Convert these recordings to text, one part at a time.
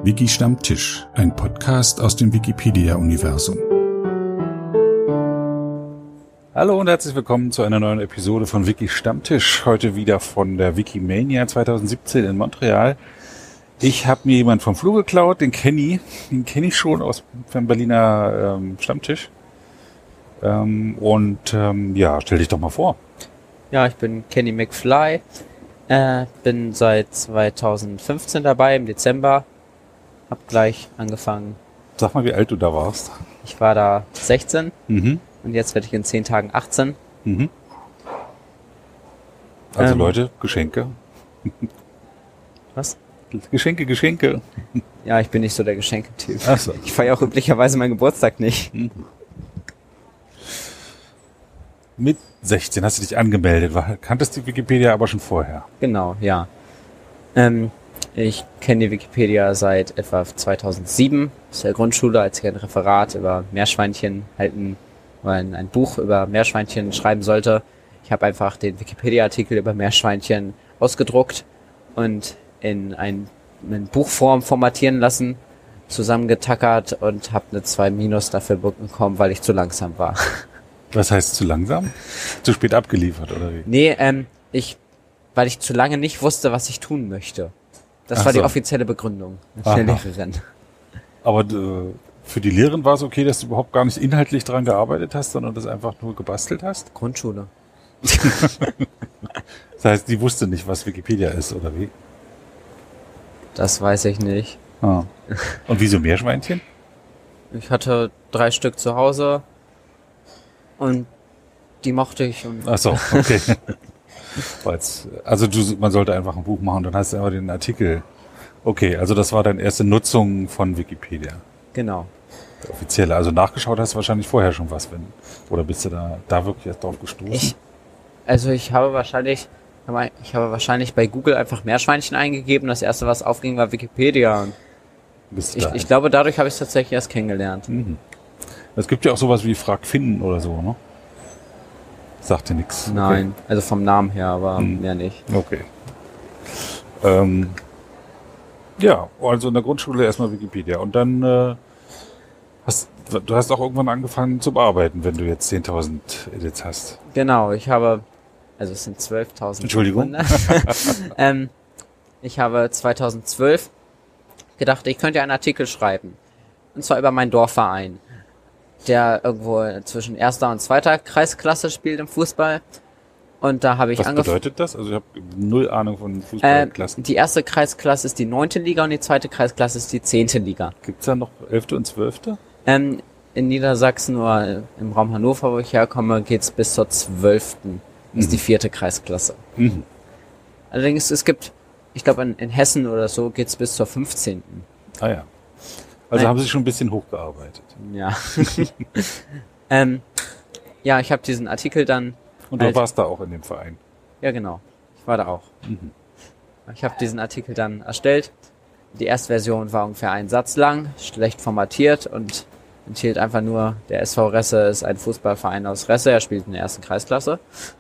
Wiki-Stammtisch, ein Podcast aus dem Wikipedia-Universum. Hallo und herzlich willkommen zu einer neuen Episode von Wiki-Stammtisch. Heute wieder von der Wikimania 2017 in Montreal. Ich habe mir jemanden vom Flur geklaut, den kenne ich schon aus dem Berliner Stammtisch. Stell dich doch mal vor. Ja, ich bin Kenny McFly, bin seit 2015 dabei, im Dezember, hab gleich angefangen. Sag mal, wie alt du da warst. Ich war da 16 und jetzt werde ich in 10 Tagen 18. Also Leute, Geschenke. Was? Geschenke. Ja, ich bin nicht so der Geschenketyp. Ach so. Ich feiere auch üblicherweise meinen Geburtstag nicht. Mit 16 hast du dich angemeldet. Kanntest die Wikipedia aber schon vorher? Genau, ja. Ich kenne die Wikipedia seit etwa 2007 aus der Grundschule, als ich ein Referat über Meerschweinchen halten oder ein Buch über Meerschweinchen schreiben sollte. Ich habe einfach den Wikipedia-Artikel über Meerschweinchen ausgedruckt und in eine Buchform formatieren lassen, zusammengetackert und habe eine 2- dafür bekommen, weil ich zu langsam war. Was heißt zu langsam? Zu spät abgeliefert, oder wie? Nee, weil ich zu lange nicht wusste, was ich tun möchte. Das war die offizielle Begründung der Lehrerin. Aber für die Lehrerin war es okay, dass du überhaupt gar nicht inhaltlich dran gearbeitet hast, sondern das einfach nur gebastelt hast? Grundschule. Das heißt, die wusste nicht, was Wikipedia ist, oder wie? Das weiß ich nicht. Ah. Und wieso Meerschweinchen? Ich hatte 3 Stück zu Hause und die mochte ich. Ach so, okay. Also man sollte einfach ein Buch machen, dann hast du aber den Artikel. Okay, also das war deine erste Nutzung von Wikipedia. Genau. Der offizielle. Also nachgeschaut hast du wahrscheinlich vorher schon was, oder bist du da wirklich erst drauf gestoßen? Ich habe wahrscheinlich bei Google einfach Meerschweinchen eingegeben. Das erste, was aufging, war Wikipedia. Ich glaube, dadurch habe ich es tatsächlich erst kennengelernt. Es gibt ja auch sowas wie Frag Finden oder so, ne? Sagt dir nichts. Nein, also vom Namen her, aber mehr nicht. Okay. Also in der Grundschule erstmal Wikipedia. Und dann du hast auch irgendwann angefangen zu bearbeiten, wenn du jetzt 10.000 Edits hast. Genau, es sind 12.000. Entschuldigung. Ich habe 2012 gedacht, ich könnte einen Artikel schreiben. Und zwar über meinen Dorfverein, der irgendwo zwischen 1. und 2. Kreisklasse spielt im Fußball. Und da habe ich angefangen. Was bedeutet das? Also ich habe null Ahnung von Fußballklassen. Die erste Kreisklasse ist die 9. Liga und die 2. Kreisklasse ist die 10. Liga. Gibt's da noch 11. und 12.? In Niedersachsen oder im Raum Hannover, wo ich herkomme, geht's bis zur 12. Das ist die 4. Kreisklasse. Allerdings, es gibt, ich glaube in Hessen oder so, geht's bis zur 15. Ah ja. Also haben sie schon ein bisschen hochgearbeitet. Ja. Ich habe diesen Artikel dann... Und du warst da auch in dem Verein? Ja, genau. Ich war da auch. Ich habe diesen Artikel dann erstellt. Die erste Version war ungefähr einen Satz lang, schlecht formatiert und enthielt einfach nur, der SV Resse ist ein Fußballverein aus Resse, er spielt in der 1. Kreisklasse.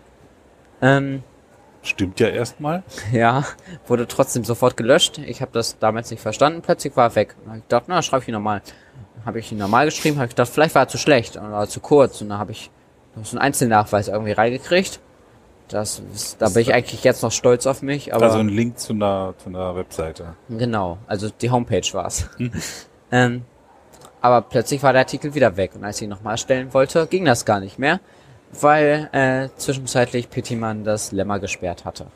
Stimmt ja erstmal. Ja, wurde trotzdem sofort gelöscht. Ich habe das damals nicht verstanden, plötzlich war er weg. Und ich dachte, schreibe ich ihn nochmal. Dann habe ich ihn normal geschrieben, habe ich gedacht, vielleicht war er zu schlecht oder zu kurz. Und dann habe ich so einen Einzelnachweis irgendwie reingekriegt. Da bin ich eigentlich jetzt noch stolz auf mich. Aber also ein Link zu einer Webseite. Genau, also die Homepage war's. Aber plötzlich war der Artikel wieder weg. Und als ich ihn nochmal erstellen wollte, ging das gar nicht mehr, weil zwischenzeitlich Pettymann das Lemma gesperrt hatte.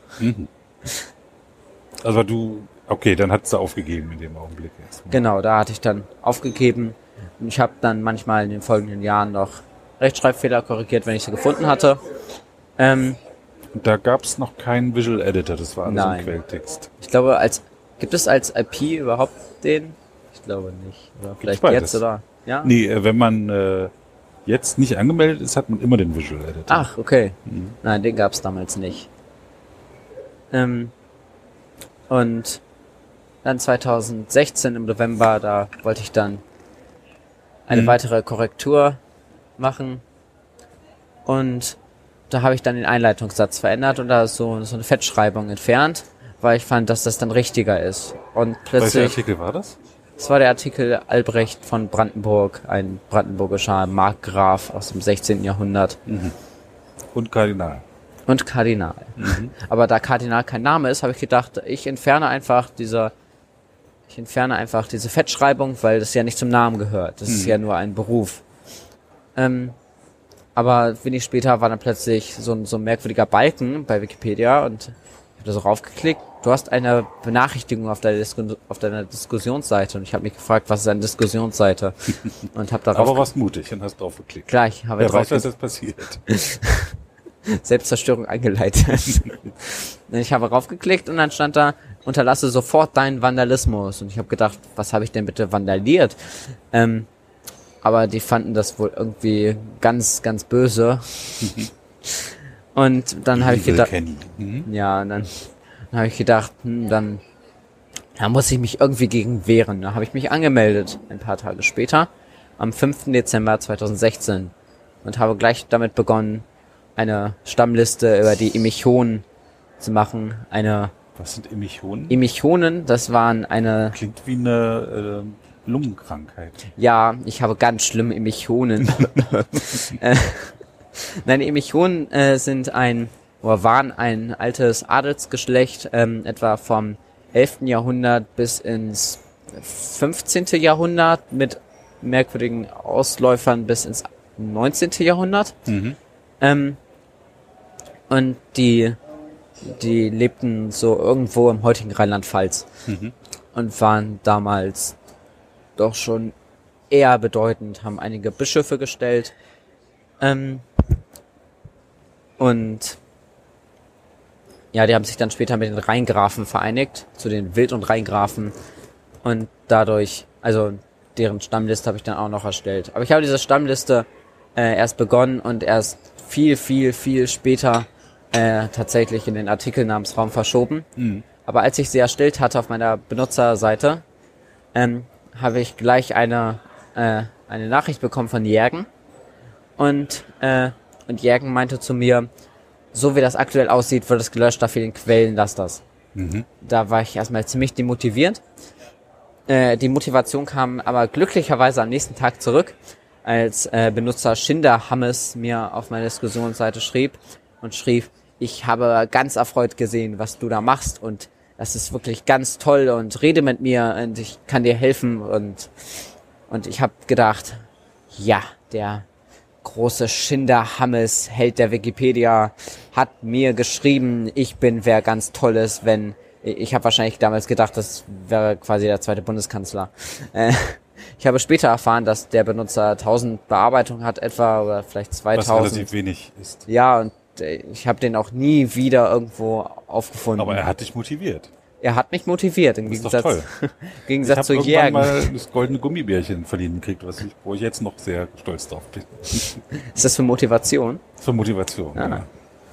Also dann hat's da aufgegeben in dem Augenblick erstmal. Genau, da hatte ich dann aufgegeben. Und ich habe dann manchmal in den folgenden Jahren noch Rechtschreibfehler korrigiert, wenn ich sie gefunden hatte. Und da gab's noch keinen Visual Editor, das war alles im Quelltext. Ich glaube, gibt es als IP überhaupt den? Ich glaube nicht. Oder vielleicht jetzt, oder? Ja? Nee, wenn man jetzt nicht angemeldet ist, hat man immer den Visual Editor. Ach, okay. Nein, den gab's damals nicht. Und dann 2016 im November, da wollte ich dann eine weitere Korrektur machen. Und da habe ich dann den Einleitungssatz verändert und da so eine Fettschreibung entfernt, weil ich fand, dass das dann richtiger ist. Und plötzlich... Welcher Artikel war das? Das war der Artikel Albrecht von Brandenburg, ein brandenburgischer Markgraf aus dem 16. Jahrhundert. Und Kardinal. Und Kardinal. Aber da Kardinal kein Name ist, habe ich gedacht, ich entferne einfach diese Fettschreibung, weil das ja nicht zum Namen gehört. Das ist ja nur ein Beruf. Aber wenig später war dann plötzlich so ein merkwürdiger Balken bei Wikipedia und ich habe da so raufgeklickt. Du hast eine Benachrichtigung auf deiner Diskussionsseite und ich habe mich gefragt, was ist eine Diskussionsseite? Und habe darauf. Aber warst mutig und hast draufgeklickt. Gleich habe ich Wer weiß, drauf. was jetzt passiert. Selbstzerstörung eingeleitet. Ich habe raufgeklickt und dann stand da, unterlasse sofort deinen Vandalismus. Und ich habe gedacht, was habe ich denn bitte vandaliert? Aber die fanden das wohl irgendwie ganz, ganz böse. Und dann habe ich gedacht, ja, und dann habe ich gedacht, dann muss ich mich irgendwie gegen wehren. Da habe ich mich angemeldet, ein paar Tage später, am 5. Dezember 2016 und habe gleich damit begonnen, eine Stammliste über die Emichonen zu machen. Was sind Emichonen? Emichonen, das waren eine... Klingt wie eine Lungenkrankheit. Ja, ich habe ganz schlimme Emichonen. Nein, Emichonen waren ein altes Adelsgeschlecht, etwa vom 11. Jahrhundert bis ins 15. Jahrhundert mit merkwürdigen Ausläufern bis ins 19. Jahrhundert. Und die lebten so irgendwo im heutigen Rheinland-Pfalz und waren damals doch schon eher bedeutend, haben einige Bischöfe gestellt und ja, die haben sich dann später mit den Rheingrafen vereinigt, zu den Wild- und Rheingrafen und dadurch, also deren Stammliste habe ich dann auch noch erstellt. Aber ich habe diese Stammliste erst begonnen und erst viel, viel, viel später tatsächlich in den Artikelnamensraum verschoben. Aber als ich sie erstellt hatte auf meiner Benutzerseite, habe ich gleich eine Nachricht bekommen von Jürgen und Jürgen meinte zu mir, so wie das aktuell aussieht, wird es gelöscht, da fehlen Quellen, lass das. Da war ich erstmal ziemlich demotiviert. Die Motivation kam aber glücklicherweise am nächsten Tag zurück, als Benutzer Schinderhammes mir auf meiner Diskussionsseite schrieb, ich habe ganz erfreut gesehen, was du da machst und das ist wirklich ganz toll und rede mit mir und ich kann dir helfen und ich habe gedacht, ja, der große Schinderhammes, Held der Wikipedia, hat mir geschrieben, ich bin wer ganz Tolles, ich habe wahrscheinlich damals gedacht, das wäre quasi der zweite Bundeskanzler. Ich habe später erfahren, dass der Benutzer 1000 Bearbeitungen hat etwa oder vielleicht 2000. Was relativ wenig ist. Ja, und ich habe den auch nie wieder irgendwo aufgefunden. Aber er hat dich motiviert. Er hat mich motiviert, im Gegensatz zu Jürgen. Ich habe mal das goldene Gummibärchen verliehen gekriegt, wo ich jetzt noch sehr stolz drauf bin. Ist das für Motivation? Für Motivation, ja.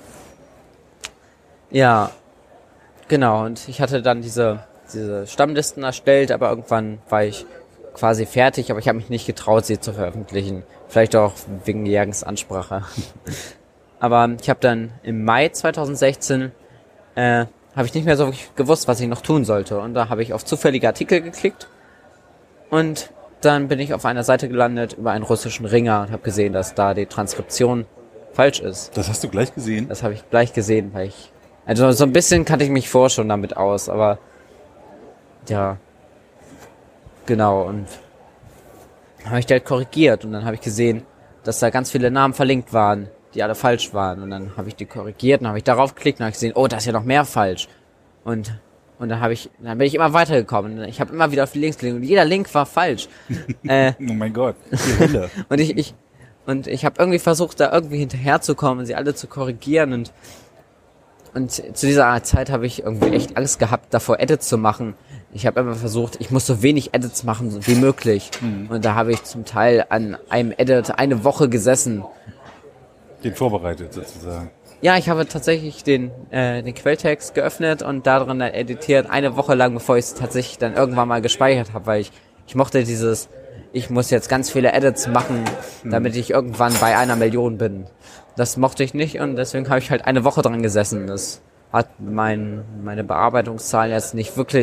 Ja, genau. Und ich hatte dann diese Stammlisten erstellt, aber irgendwann war ich quasi fertig, aber ich habe mich nicht getraut, sie zu veröffentlichen. Vielleicht auch wegen Jürgens Ansprache. Aber ich habe dann im Mai 2016 habe ich nicht mehr so wirklich gewusst, was ich noch tun sollte. Und da habe ich auf zufällige Artikel geklickt und dann bin ich auf einer Seite gelandet über einen russischen Ringer und habe gesehen, dass da die Transkription falsch ist. Das hast du gleich gesehen? Das habe ich gleich gesehen, also so ein bisschen kannte ich mich vorher schon damit aus, aber ja, genau. Und habe ich halt korrigiert und dann habe ich gesehen, dass da ganz viele Namen verlinkt waren, die alle falsch waren. Und dann habe ich die korrigiert und habe ich darauf geklickt und habe gesehen, oh, da ist ja noch mehr falsch. Und dann bin ich immer weitergekommen. Ich habe immer wieder auf die Links gelegt und jeder Link war falsch. Oh mein Gott, die Hölle. und ich habe irgendwie versucht, da irgendwie hinterherzukommen und sie alle zu korrigieren und zu dieser Zeit habe ich irgendwie echt Angst gehabt, davor Edits zu machen. Ich habe immer versucht, ich muss so wenig Edits machen wie möglich. Und da habe ich zum Teil an einem Edit eine Woche gesessen. Den vorbereitet sozusagen. Ja, ich habe tatsächlich den Quelltext geöffnet und darin dann editiert, eine Woche lang, bevor ich es tatsächlich dann irgendwann mal gespeichert habe, weil ich mochte ich muss jetzt ganz viele Edits machen, damit ich irgendwann bei 1 Million bin. Das mochte ich nicht und deswegen habe ich halt eine Woche dran gesessen. Das hat meine Bearbeitungszahl jetzt nicht wirklich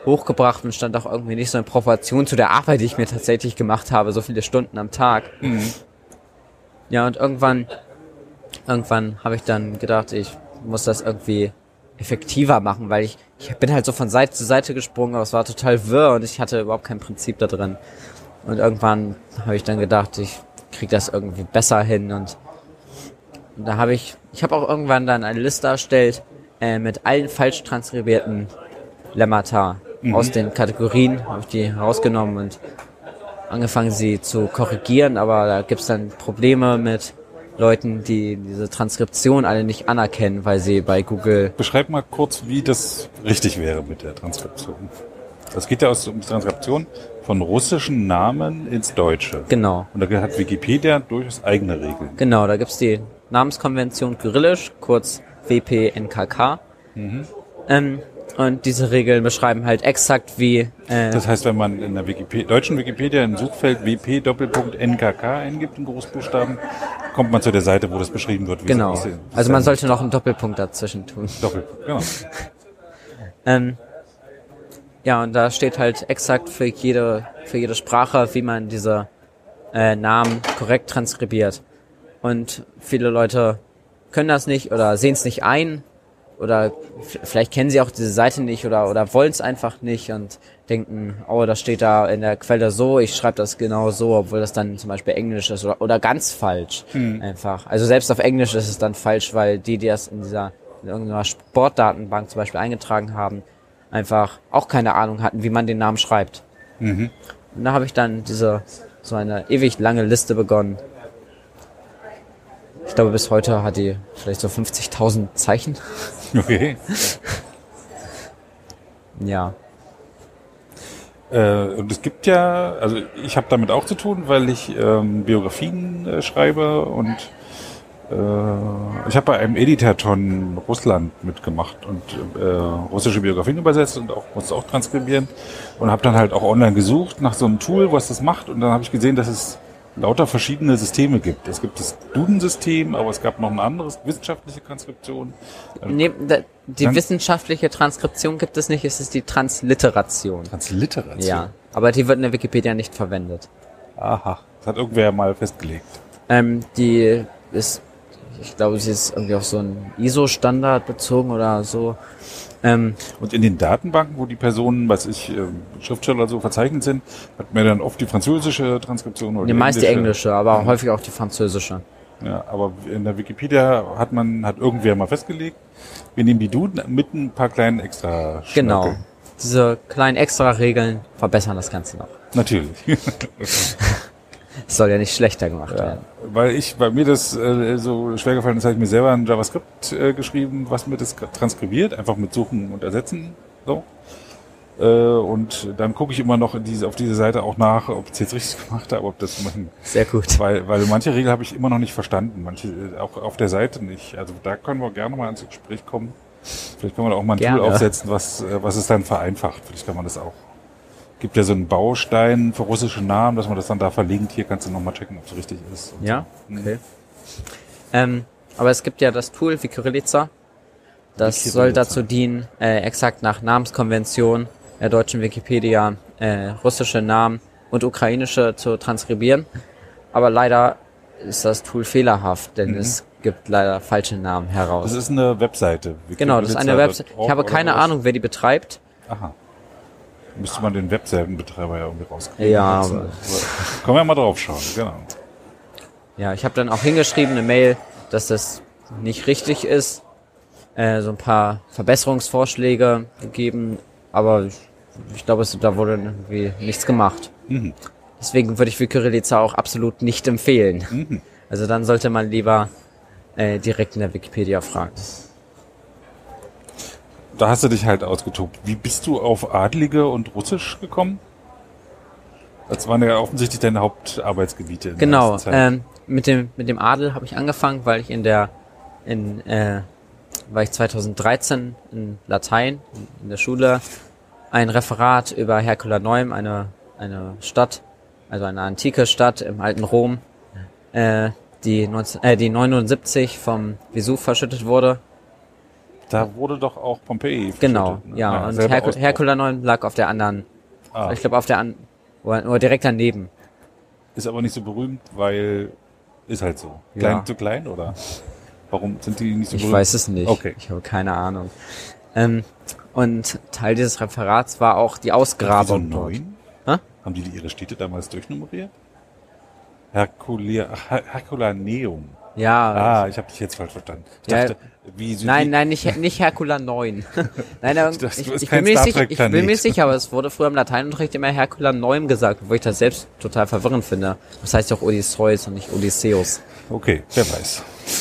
hochgebracht und stand auch irgendwie nicht so in Proportion zu der Arbeit, die ich mir tatsächlich gemacht habe, so viele Stunden am Tag. Ja, und irgendwann habe ich dann gedacht, ich muss das irgendwie effektiver machen, weil ich bin halt so von Seite zu Seite gesprungen, aber es war total wirr und ich hatte überhaupt kein Prinzip da drin. Und irgendwann habe ich dann gedacht, ich kriege das irgendwie besser hin und da habe ich habe auch irgendwann dann eine Liste erstellt mit allen falsch transkribierten Lemmata aus den Kategorien, habe ich die rausgenommen und angefangen sie zu korrigieren, aber da gibt's dann Probleme mit Leuten, die diese Transkription alle nicht anerkennen, weil sie bei Google... Beschreib mal kurz, wie das richtig wäre mit der Transkription. Das geht ja um die Transkription von russischen Namen ins Deutsche. Genau. Und da hat Wikipedia durchaus eigene Regeln. Genau, da gibt's die Namenskonvention Kyrillisch, kurz WPNKK. Und diese Regeln beschreiben halt exakt wie... Das heißt, wenn man in der deutschen Wikipedia im Suchfeld WP:_NKK eingibt in Großbuchstaben, kommt man zu der Seite, wo das beschrieben wird. Wie genau. Also man sollte noch einen Doppelpunkt dazwischen tun. Doppelpunkt, genau. Ja, und da steht halt exakt für jede Sprache, wie man diese Namen korrekt transkribiert. Und viele Leute können das nicht oder sehen es nicht ein oder vielleicht kennen sie auch diese Seite nicht oder wollen es einfach nicht und denken, oh, das steht da in der Quelle so, ich schreibe das genau so, obwohl das dann zum Beispiel Englisch ist oder ganz falsch einfach. Also selbst auf Englisch ist es dann falsch, weil die das in irgendeiner Sportdatenbank zum Beispiel eingetragen haben, einfach auch keine Ahnung hatten, wie man den Namen schreibt. Und da habe ich dann so eine ewig lange Liste begonnen. Ich glaube, bis heute hat die vielleicht so 50.000 Zeichen. Okay. Ja. Und es gibt ja, also ich habe damit auch zu tun, weil ich Biografien schreibe und ich habe bei einem Editathon Russland mitgemacht und russische Biografien übersetzt und musste auch transkribieren und habe dann halt auch online gesucht nach so einem Tool, was das macht und dann habe ich gesehen, dass es lauter verschiedene Systeme gibt. Es gibt das Duden-System, aber es gab noch ein anderes, wissenschaftliche Transkription. Nee, die wissenschaftliche Transkription gibt es nicht, es ist die Transliteration. Transliteration? Ja, aber die wird in der Wikipedia nicht verwendet. Aha, das hat irgendwer mal festgelegt. Die ist, ich glaube, sie ist irgendwie auf so einen ISO-Standard bezogen oder so. Und in den Datenbanken, wo die Personen, Schriftsteller oder so verzeichnet sind, hat man dann oft die französische Transkription oder die meist die englische, aber häufig auch die französische. Ja, aber in der Wikipedia hat irgendwer mal festgelegt, wir nehmen die Duden mit ein paar kleinen extra Schnörkel. Genau. Diese kleinen extra Regeln verbessern das Ganze noch. Natürlich. Es soll ja nicht schlechter gemacht werden. Weil mir das so schwer gefallen ist, habe ich mir selber ein JavaScript geschrieben, was mir das transkribiert, einfach mit Suchen und Ersetzen. So. Und dann gucke ich immer noch auf diese Seite auch nach, ob ich es jetzt richtig gemacht habe, ob das sehr gut. Weil manche Regeln habe ich immer noch nicht verstanden, manche auch auf der Seite nicht. Also da können wir gerne mal ins Gespräch kommen. Vielleicht können wir da auch mal ein Tool aufsetzen, was es dann vereinfacht. Vielleicht kann man das auch. Gibt ja so einen Baustein für russische Namen, dass man das dann da verlinkt. Hier kannst du nochmal checken, ob es richtig ist. Ja, okay. Aber es gibt ja das Tool wie Kyrillica. Das soll dazu dienen, exakt nach Namenskonvention der deutschen Wikipedia russische Namen und ukrainische zu transkribieren. Aber leider ist das Tool fehlerhaft, denn es gibt leider falsche Namen heraus. Das ist eine Webseite. Genau, das ist eine Webseite. Ich habe keine Ahnung, wer die betreibt. Aha. Müsste man den Webseitenbetreiber ja irgendwie rauskriegen. Ja, aber können wir ja mal drauf schauen, genau. Ja, ich habe dann auch hingeschrieben, eine Mail, dass das nicht richtig ist. So ein paar Verbesserungsvorschläge gegeben, aber ich glaube, da wurde irgendwie nichts gemacht. Deswegen würde ich für Kyrillica auch absolut nicht empfehlen. Also dann sollte man lieber direkt in der Wikipedia fragen. Da hast du dich halt ausgetobt. Wie bist du auf Adlige und Russisch gekommen? Das waren ja offensichtlich deine Hauptarbeitsgebiete. Genau, mit dem Adel habe ich angefangen, weil ich war ich 2013 in Latein in der Schule ein Referat über Herculaneum, eine Stadt, also eine antike Stadt im alten Rom, die 79 vom Vesuv verschüttet wurde. Da wurde doch auch Pompeji Genau, verschüttet, ne? ja. Und selber Ausbruch. Hercula 9 lag auf der anderen, ich glaube auf der oder direkt daneben. Ist aber nicht so berühmt, weil ist halt so. Ja. Zu klein oder? Warum sind die nicht so berühmt? Ich weiß es nicht. Okay. Ich habe keine Ahnung. Und Teil dieses Referats war auch die Ausgrabung Wieso dort. 9? Hä? Haben die ihre Städte damals durchnummeriert? Herculaneum. Ja. Ich habe dich jetzt falsch verstanden. Ich Ja. dachte, wie sind Nein, die? nein, nicht Hercula 9. Nein, dachte, du bist ich kein bin mir Star sicher, Trek Planet. aber es wurde früher im Lateinunterricht immer Hercula 9 gesagt, wo ich das selbst total verwirrend finde. Das heißt auch Odysseus und nicht Odysseus. Okay, wer weiß.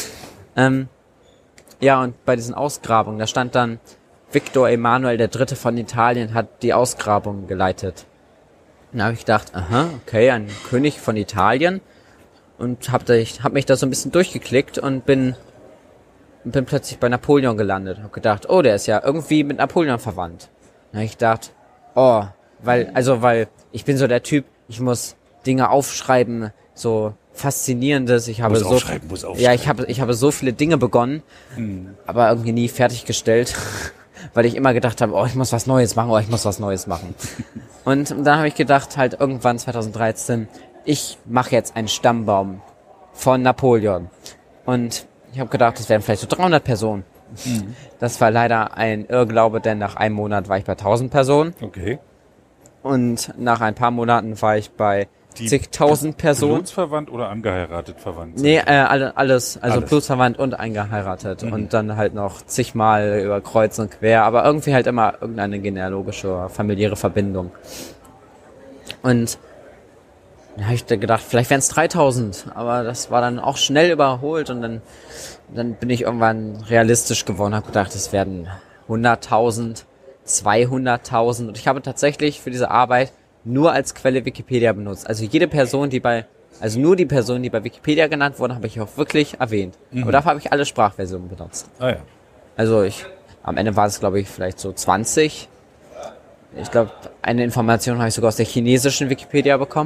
Ja, und bei diesen Ausgrabungen, da stand dann, Victor Emanuel III. Von Italien hat die Ausgrabungen geleitet. Und da habe ich gedacht, aha, okay, ein König von Italien. Und hab mich da so ein bisschen durchgeklickt und bin plötzlich bei Napoleon gelandet. Hab gedacht, oh, der ist ja irgendwie mit Napoleon verwandt. Dann habe ich gedacht, weil ich bin so der Typ, ich muss Dinge aufschreiben, so Faszinierendes. Ich habe Muss aufschreiben. Ja, ich habe so viele Dinge begonnen, aber irgendwie nie fertiggestellt, weil ich immer gedacht habe, ich muss was Neues machen. Und dann habe ich gedacht, halt irgendwann 2013, ich mache jetzt einen Stammbaum von Napoleon. Und ich habe gedacht, das wären vielleicht so 300 Personen. Das war leider ein Irrglaube, denn nach einem Monat war ich bei 1000 Personen. Okay. Und nach ein paar Monaten war ich bei zigtausend Personen. Blutsverwandt oder angeheiratet verwandt? Nee, alles. Alles. Blutsverwandt und eingeheiratet. Und dann halt noch zigmal über Kreuz und Quer, aber irgendwie halt immer irgendeine genealogische, familiäre Verbindung. Und dann habe ich gedacht, vielleicht wären es 3000, aber das war dann auch schnell überholt und dann bin ich irgendwann realistisch geworden, habe gedacht, es werden 100.000, 200.000 und ich habe tatsächlich für diese Arbeit nur als Quelle Wikipedia benutzt. Also nur die Personen, die bei Wikipedia genannt wurden, habe ich auch wirklich erwähnt. Aber dafür habe ich alle Sprachversionen benutzt. Ah ja. Also am Ende war es, glaube ich, vielleicht so 20. Ich glaube, eine Information habe ich sogar aus der chinesischen Wikipedia bekommen.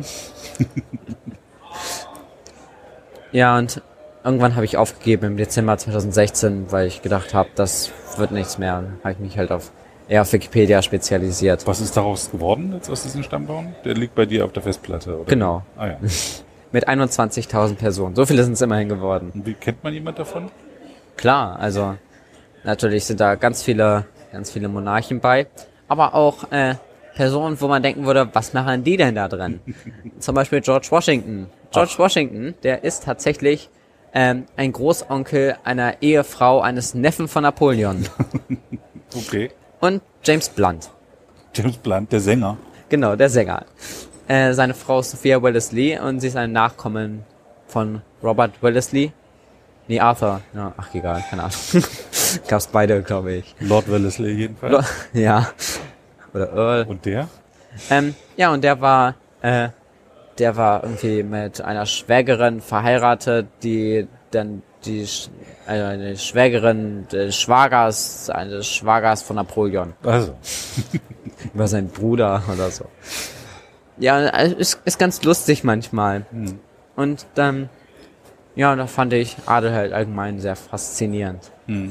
Ja, und irgendwann habe ich aufgegeben im Dezember 2016, weil ich gedacht habe, das wird nichts mehr. Dann habe ich mich halt eher auf Wikipedia spezialisiert. Was ist daraus geworden jetzt aus diesem Stammbaum? Der liegt bei dir auf der Festplatte, oder? Genau. Ah ja. Mit 21.000 Personen. So viele sind es immerhin geworden. Und wie kennt man jemand davon? Klar, also natürlich sind da ganz viele Monarchen bei, aber auch Personen, wo man denken würde, was machen die denn da drin? Zum Beispiel George Washington. Washington, der ist tatsächlich ein Großonkel einer Ehefrau eines Neffen von Napoleon. Okay. Und James Blunt. James Blunt, der Sänger. Genau, der Sänger. Seine Frau ist Sophia Wellesley und sie ist ein Nachkommen von Robert Wellesley. Nee, Arthur. Ja, ach, egal, keine Ahnung. Gab's beide, glaube ich. Lord Wellesley jedenfalls. Ja. Oder Earl. Und der? Ja, und der war irgendwie mit einer Schwägerin verheiratet, die dann eine Schwägerin des Schwagers von Napoleon. Also. Über seinen Bruder oder so. Ja, ist ganz lustig manchmal. Und dann, ja, da fand ich Adel halt allgemein sehr faszinierend.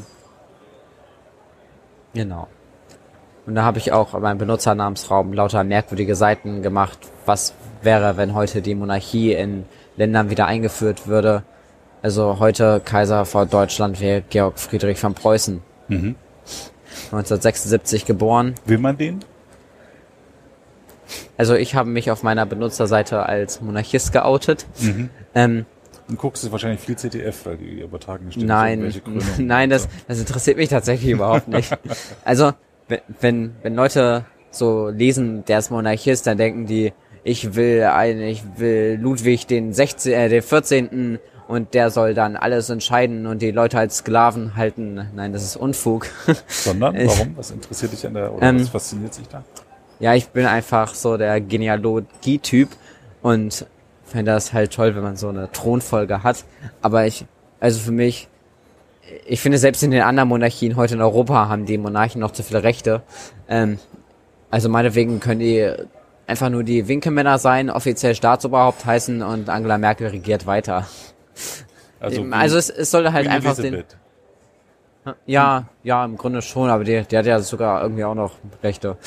Genau. Und da habe ich auch in meinem Benutzernamensraum lauter merkwürdige Seiten gemacht. Was wäre, wenn heute die Monarchie in Ländern wieder eingeführt würde? Also heute Kaiser vor Deutschland wäre Georg Friedrich von Preußen. 1976 geboren. Will man den? Also ich habe mich auf meiner Benutzerseite als Monarchist geoutet. Dann guckst du wahrscheinlich viel ZDF, weil die übertragen bestimmt Nein, das interessiert mich tatsächlich überhaupt nicht. Also wenn Leute so lesen, der ist Monarchist, dann denken die, ich will Ludwig den 14. und der soll dann alles entscheiden und die Leute als Sklaven halten. Nein, das ist Unfug. Sondern? Warum? Was interessiert dich oder was fasziniert sich da? Ja, ich bin einfach so der Genealogie-Typ und finde das halt toll, wenn man so eine Thronfolge hat. Aber ich finde, selbst in den anderen Monarchien heute in Europa haben die Monarchen noch zu viele Rechte. Also meinetwegen können die einfach nur die Winkelmänner sein, offiziell Staatsoberhaupt heißen und Angela Merkel regiert weiter. Also es sollte halt einfach Ja, im Grunde schon, aber der hat ja sogar irgendwie auch noch Rechte.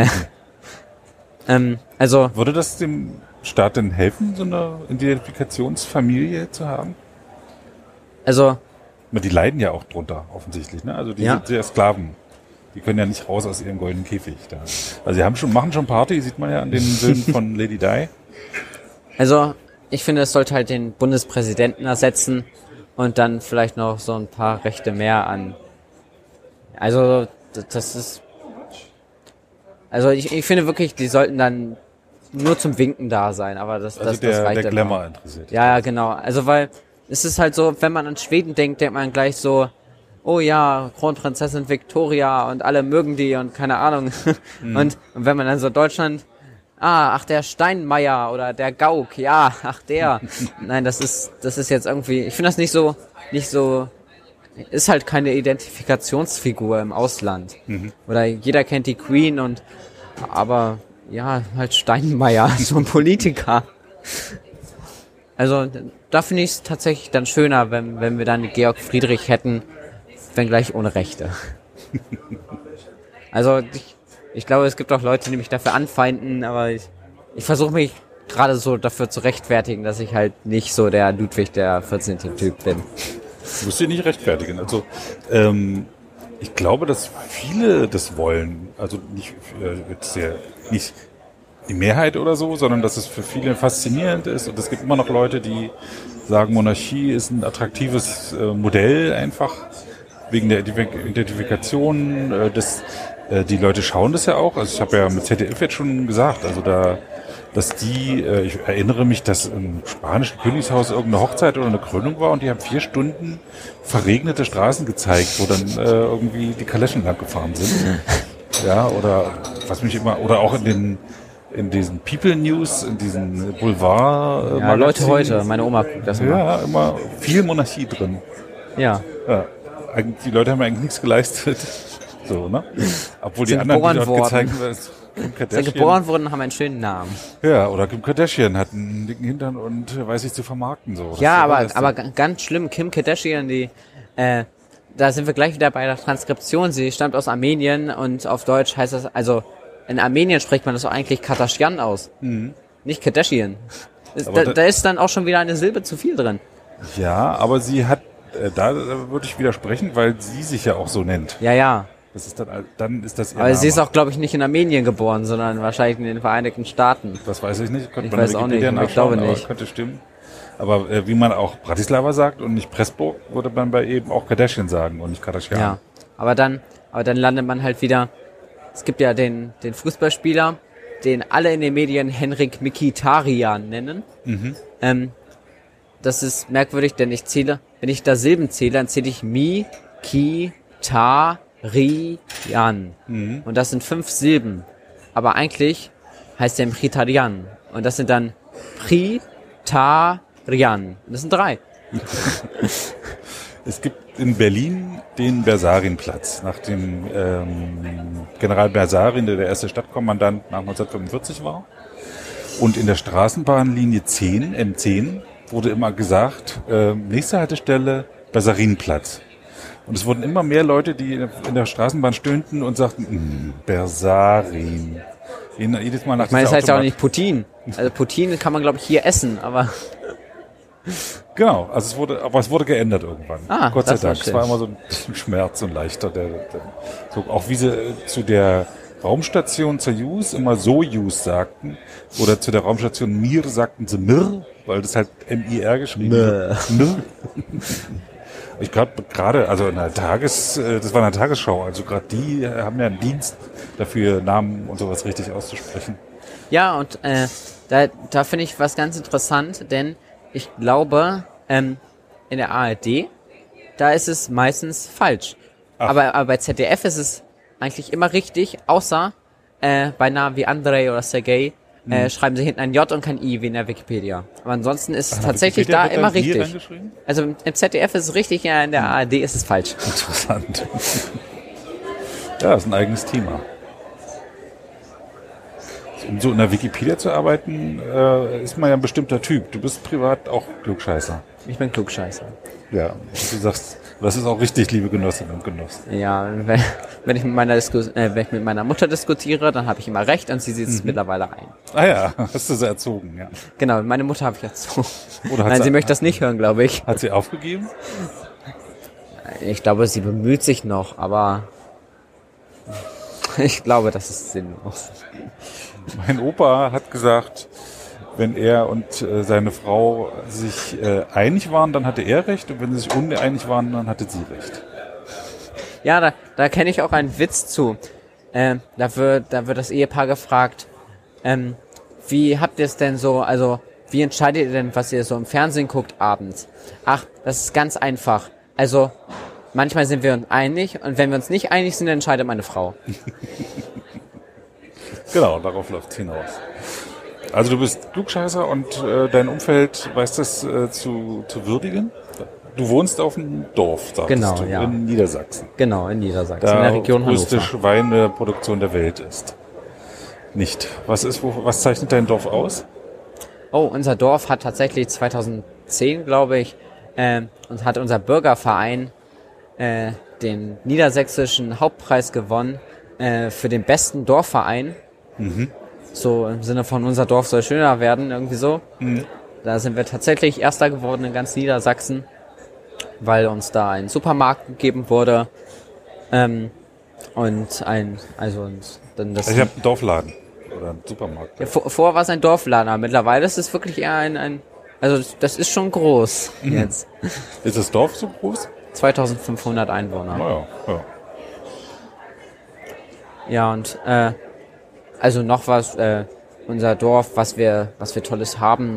Also, Würde das dem Staat denn helfen, so eine Identifikationsfamilie zu haben? also, Die leiden ja auch drunter, offensichtlich, ne? Also die Ja. sind ja Sklaven. Die können ja nicht raus aus ihrem goldenen Käfig da. Also sie machen schon Party, sieht man ja an den Söhnen von Lady Di. Also, ich finde, es sollte halt den Bundespräsidenten ersetzen und dann vielleicht noch so ein paar Rechte mehr an. Also, das ist. Also, ich finde wirklich, die sollten dann nur zum Winken da sein, aber das Also reicht der dann Glamour auch. interessiert. Ja, genau. Also, weil es ist halt so, wenn man an Schweden denkt, denkt man gleich so, oh ja, Kronprinzessin Victoria und alle mögen die und keine Ahnung. Und wenn man dann so Deutschland, ach, der Steinmeier oder der Gauck, ja, ach, der. Nein, das ist jetzt irgendwie, ich finde das nicht so, ist halt keine Identifikationsfigur im Ausland. Oder jeder kennt die Queen aber, ja, halt Steinmeier, so ein Politiker. Also, da finde ich es tatsächlich dann schöner, wenn wir dann Georg Friedrich hätten, wenngleich ohne Rechte. Also, ich glaube, es gibt auch Leute, die mich dafür anfeinden, aber ich versuche mich gerade so dafür zu rechtfertigen, dass ich halt nicht so der Ludwig der 14. Typ bin. Du musst dich nicht rechtfertigen. Also ich glaube, dass viele das wollen. Also nicht die Mehrheit oder so, sondern dass es für viele faszinierend ist. Und es gibt immer noch Leute, die sagen, Monarchie ist ein attraktives Modell einfach wegen der Identifikation. Die Leute schauen das ja auch. Also ich habe ja mit ZDF jetzt schon gesagt, also ich erinnere mich, dass im spanischen Königshaus irgendeine Hochzeit oder eine Krönung war und die haben 4 Stunden verregnete Straßen gezeigt, wo dann irgendwie die Kaleschen lang gefahren sind. Ja, oder oder auch in diesen People News, in diesen Boulevard Ja, Leute heute, meine Oma guckt das immer. Ja, immer viel Monarchie drin. Ja. Ja, die Leute haben eigentlich nichts geleistet. So, ne? Obwohl die Sind anderen, die geboren dort worden. gezeigt werden, Kim Sind Kardashian. geboren worden, haben einen schönen Namen. Ja, oder Kim Kardashian hat einen dicken Hintern und weiß sich zu vermarkten. So. Das Ja, ist aber ganz schlimm, Kim Kardashian, da sind wir gleich wieder bei der Transkription. Sie stammt aus Armenien und auf Deutsch heißt das, also in Armenien spricht man das auch eigentlich Kardashian aus. Nicht Kardashian. Da ist dann auch schon wieder eine Silbe zu viel drin. Ja, aber sie hat, da würde ich widersprechen, weil sie sich ja auch so nennt. Ja. Das ist dann ist das ihr Aber Name. sie ist auch, glaube ich, nicht in Armenien geboren, sondern wahrscheinlich in den Vereinigten Staaten. Das weiß ich nicht. Könnte Ich man in weiß auch nicht, Wikipedia aber ich nachschauen, glaube aber nicht. könnte stimmen. Aber wie man auch Bratislava sagt und nicht Pressburg, würde man bei eben auch Kardashian sagen und nicht Kardashian. Ja. Aber dann landet man halt wieder, es gibt ja den Fußballspieler, den alle in den Medien Henrik Mkhitaryan nennen. Das ist merkwürdig, denn wenn ich da Silben zähle, dann zähle ich Mkhitaryan. Und das sind 5 Silben. Aber eigentlich heißt der Mkhitaryan. Und das sind dann Mkhitaryan. Und das sind 3. Es gibt in Berlin den Bersarinplatz, nach dem General Bersarin, der erste Stadtkommandant nach 1945 war. Und in der Straßenbahnlinie 10, M10, wurde immer gesagt, nächste Haltestelle Bersarinplatz. Und es wurden immer mehr Leute, die in der Straßenbahn stöhnten und sagten, Bersarin. Jedes Mal nach Ich meine, das dieser heißt ja auch Automat- nicht Putin. Also Putin kann man, glaube ich, hier essen, aber Genau, also es wurde geändert irgendwann. Gott sei das war Dank. Es schön. war immer so ein Schmerz und leichter. So, auch wie sie zu der Raumstation Soyuz immer Soyuz sagten oder zu der Raumstation Mir sagten sie Mir, weil das halt M-I-R geschrieben wird. Mir. Ich gerade, also das war eine Tagesschau, also gerade die haben ja einen Dienst dafür, Namen und sowas richtig auszusprechen. ja, und da finde ich was ganz interessant, denn ich glaube, in der ARD, da ist es meistens falsch. Aber bei ZDF ist es eigentlich immer richtig, außer bei Namen wie Andrei oder Sergei schreiben sie hinten ein J und kein I wie in der Wikipedia. Aber ansonsten ist es tatsächlich Wikipedia da wird immer I richtig. reingeschrieben? Also im ZDF ist es richtig, ja, in der ARD ist es falsch. Interessant. Ja, das ist ein eigenes Thema. Um so in der Wikipedia zu arbeiten, ist man ja ein bestimmter Typ. Du bist privat auch Klugscheißer. Ich bin Klugscheißer. Ja. Du sagst, Das ist auch richtig, liebe Genossinnen und Genossen. Ja, wenn ich mit meiner Mutter diskutiere, dann habe ich immer recht und sie sieht es mittlerweile ein. Ah ja, hast du sie erzogen, ja. Genau, meine Mutter habe ich erzogen. Oder Nein, sie möchte das nicht hören, glaube ich. Hat sie aufgegeben? Ich glaube, sie bemüht sich noch, aber ich glaube, das ist sinnlos. Mein Opa hat gesagt, wenn er und seine Frau sich einig waren, dann hatte er recht. Und wenn sie sich uneinig waren, dann hatte sie recht. Ja, da kenne ich auch einen Witz zu. Da wird das Ehepaar gefragt, wie habt ihr es denn so, also wie entscheidet ihr denn, was ihr so im Fernsehen guckt abends? Ach, das ist ganz einfach. Also manchmal sind wir uns einig und wenn wir uns nicht einig sind, dann entscheidet meine Frau. Genau, darauf läuft es hinaus. Also du bist Klugscheißer und dein Umfeld weiß das zu würdigen? Du wohnst auf dem Dorf, sagst Genau, du, ja. in Niedersachsen. Genau, in Niedersachsen, Da in der Region die größte Hannover. Schweineproduktion der Welt ist. Nicht. Was zeichnet dein Dorf aus? Oh, unser Dorf hat tatsächlich 2010, glaube ich, und hat unser Bürgerverein den niedersächsischen Hauptpreis gewonnen für den besten Dorfverein. So im Sinne von unser Dorf soll schöner werden, irgendwie so. Da sind wir tatsächlich Erster geworden in ganz Niedersachsen, weil uns da ein Supermarkt gegeben wurde. Dann das. Also ich habe einen Dorfladen oder einen Supermarkt. Ja, vorher war es ein Dorfladen, aber mittlerweile ist es wirklich eher also das ist schon groß jetzt. Ist das Dorf so groß? 2500 Einwohner. Naja, ja. Ja, und also noch was, unser Dorf, was wir Tolles haben.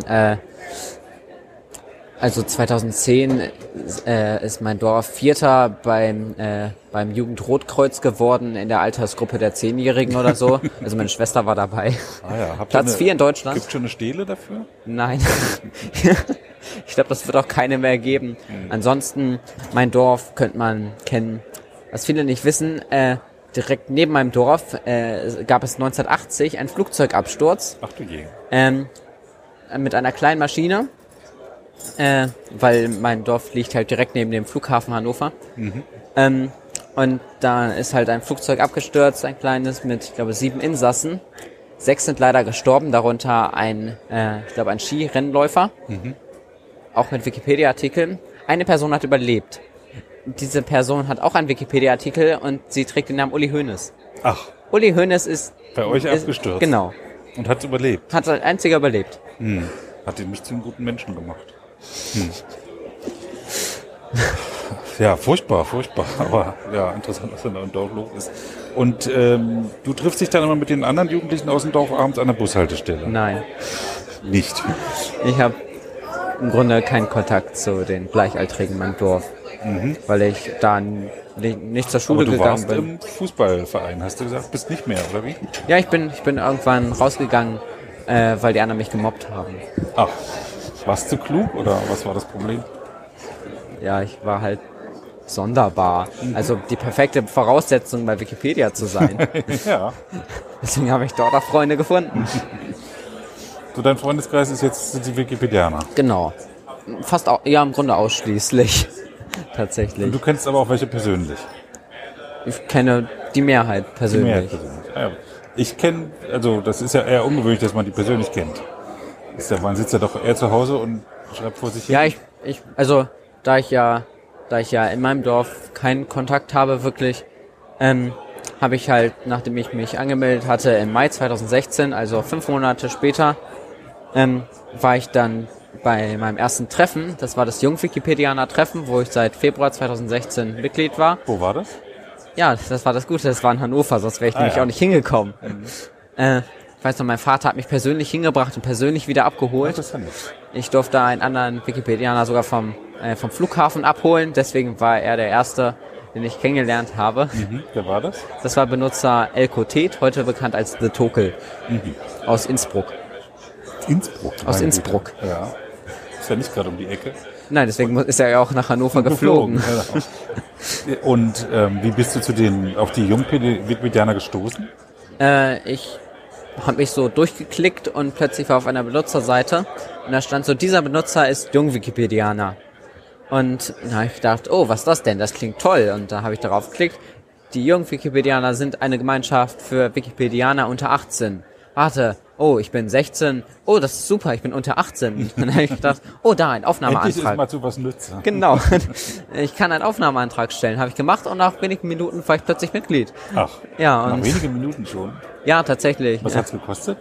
Also 2010 ist mein Dorf Vierter beim Jugendrotkreuz geworden in der Altersgruppe der 10-Jährigen oder so. Also meine Schwester war dabei. Ah ja, habt Platz 4 in Deutschland. Gibt es schon eine Stele dafür? Nein. Ich glaube, das wird auch keine mehr geben. Ansonsten, mein Dorf könnte man kennen. Was viele nicht wissen, direkt neben meinem Dorf gab es 1980 einen Flugzeugabsturz Ach du je. mit einer kleinen Maschine, weil mein Dorf liegt halt direkt neben dem Flughafen Hannover. Und da ist halt ein Flugzeug abgestürzt, ein kleines, mit, ich glaube, 7 Insassen. 6 sind leider gestorben, darunter ein Skirennläufer, auch mit Wikipedia-Artikeln. Eine Person hat überlebt. Diese Person hat auch einen Wikipedia-Artikel und sie trägt den Namen Uli Hoeneß. Ach, Uli Hoeneß ist... bei euch abgestürzt. Genau. Und hat überlebt. Hat als einziger überlebt. Hat ihn mich zu einem guten Menschen gemacht. Ja, furchtbar. Aber ja, interessant, was in eurem Dorf los ist. Und du triffst dich dann immer mit den anderen Jugendlichen aus dem Dorf abends an der Bushaltestelle? Nein. Nicht. Ich habe im Grunde keinen Kontakt zu den Gleichaltrigen in meinem Dorf. Weil ich da nicht zur Schule Aber du gegangen warst bin. im Fußballverein, hast du gesagt? Bist nicht mehr, oder wie? Ja, ich bin irgendwann rausgegangen, weil die anderen mich gemobbt haben. Ach, warst du klug oder was war das Problem? Ja, ich war halt sonderbar. Also die perfekte Voraussetzung, bei Wikipedia zu sein. Ja. Deswegen habe ich dort auch Freunde gefunden. So, dein Freundeskreis sind die Wikipedianer. Genau. Im Grunde ausschließlich. Tatsächlich. Und du kennst aber auch welche persönlich? Ich kenne die Mehrheit persönlich. Ja. Ich kenne, also das ist ja eher ungewöhnlich, dass man die persönlich kennt. Man sitzt ja doch eher zu Hause und schreibt vor sich hin. Ja, da ich ja in meinem Dorf keinen Kontakt habe, wirklich, habe ich halt, nachdem ich mich angemeldet hatte, im Mai 2016, also 5 Monate später, war ich dann bei meinem ersten Treffen. Das war das Jung-Wikipedianer-Treffen, wo ich seit Februar 2016 Mitglied war. Wo war das? Ja, das war das Gute, das war in Hannover, sonst wäre ich nämlich auch nicht hingekommen. Ich weiß noch, mein Vater hat mich persönlich hingebracht und persönlich wieder abgeholt. Interessant. Ich durfte einen anderen Wikipedianer sogar vom Flughafen abholen, deswegen war er der Erste, den ich kennengelernt habe. Wer war das? Das war Benutzer Elko Tet, heute bekannt als The Tokel, aus Innsbruck. Innsbruck? Aus Innsbruck. Güte. Ja. Ist ja nicht gerade um die Ecke. Nein, deswegen ist er ja auch nach Hannover geflogen. Genau. Und wie bist du auf die Jung-Wikipedianer gestoßen? Ich habe mich so durchgeklickt und plötzlich war auf einer Benutzerseite und da stand so, dieser Benutzer ist Jung-Wikipedianer. Und dann habe ich gedacht, oh, was ist das denn? Das klingt toll. Und da habe ich darauf geklickt. Die Jungwikipedianer sind eine Gemeinschaft für Wikipedianer unter 18. Warte, oh, ich bin 16. Oh, das ist super, ich bin unter 18. Und dann habe ich gedacht, oh, da, ein Aufnahmeantrag. Endlich ist mal zu was nütze. Genau. Ich kann einen Aufnahmeantrag stellen. Habe ich gemacht und nach wenigen Minuten war ich plötzlich Mitglied. Ach, ja, nach und wenigen Minuten schon. ja, tatsächlich. Was hat's gekostet?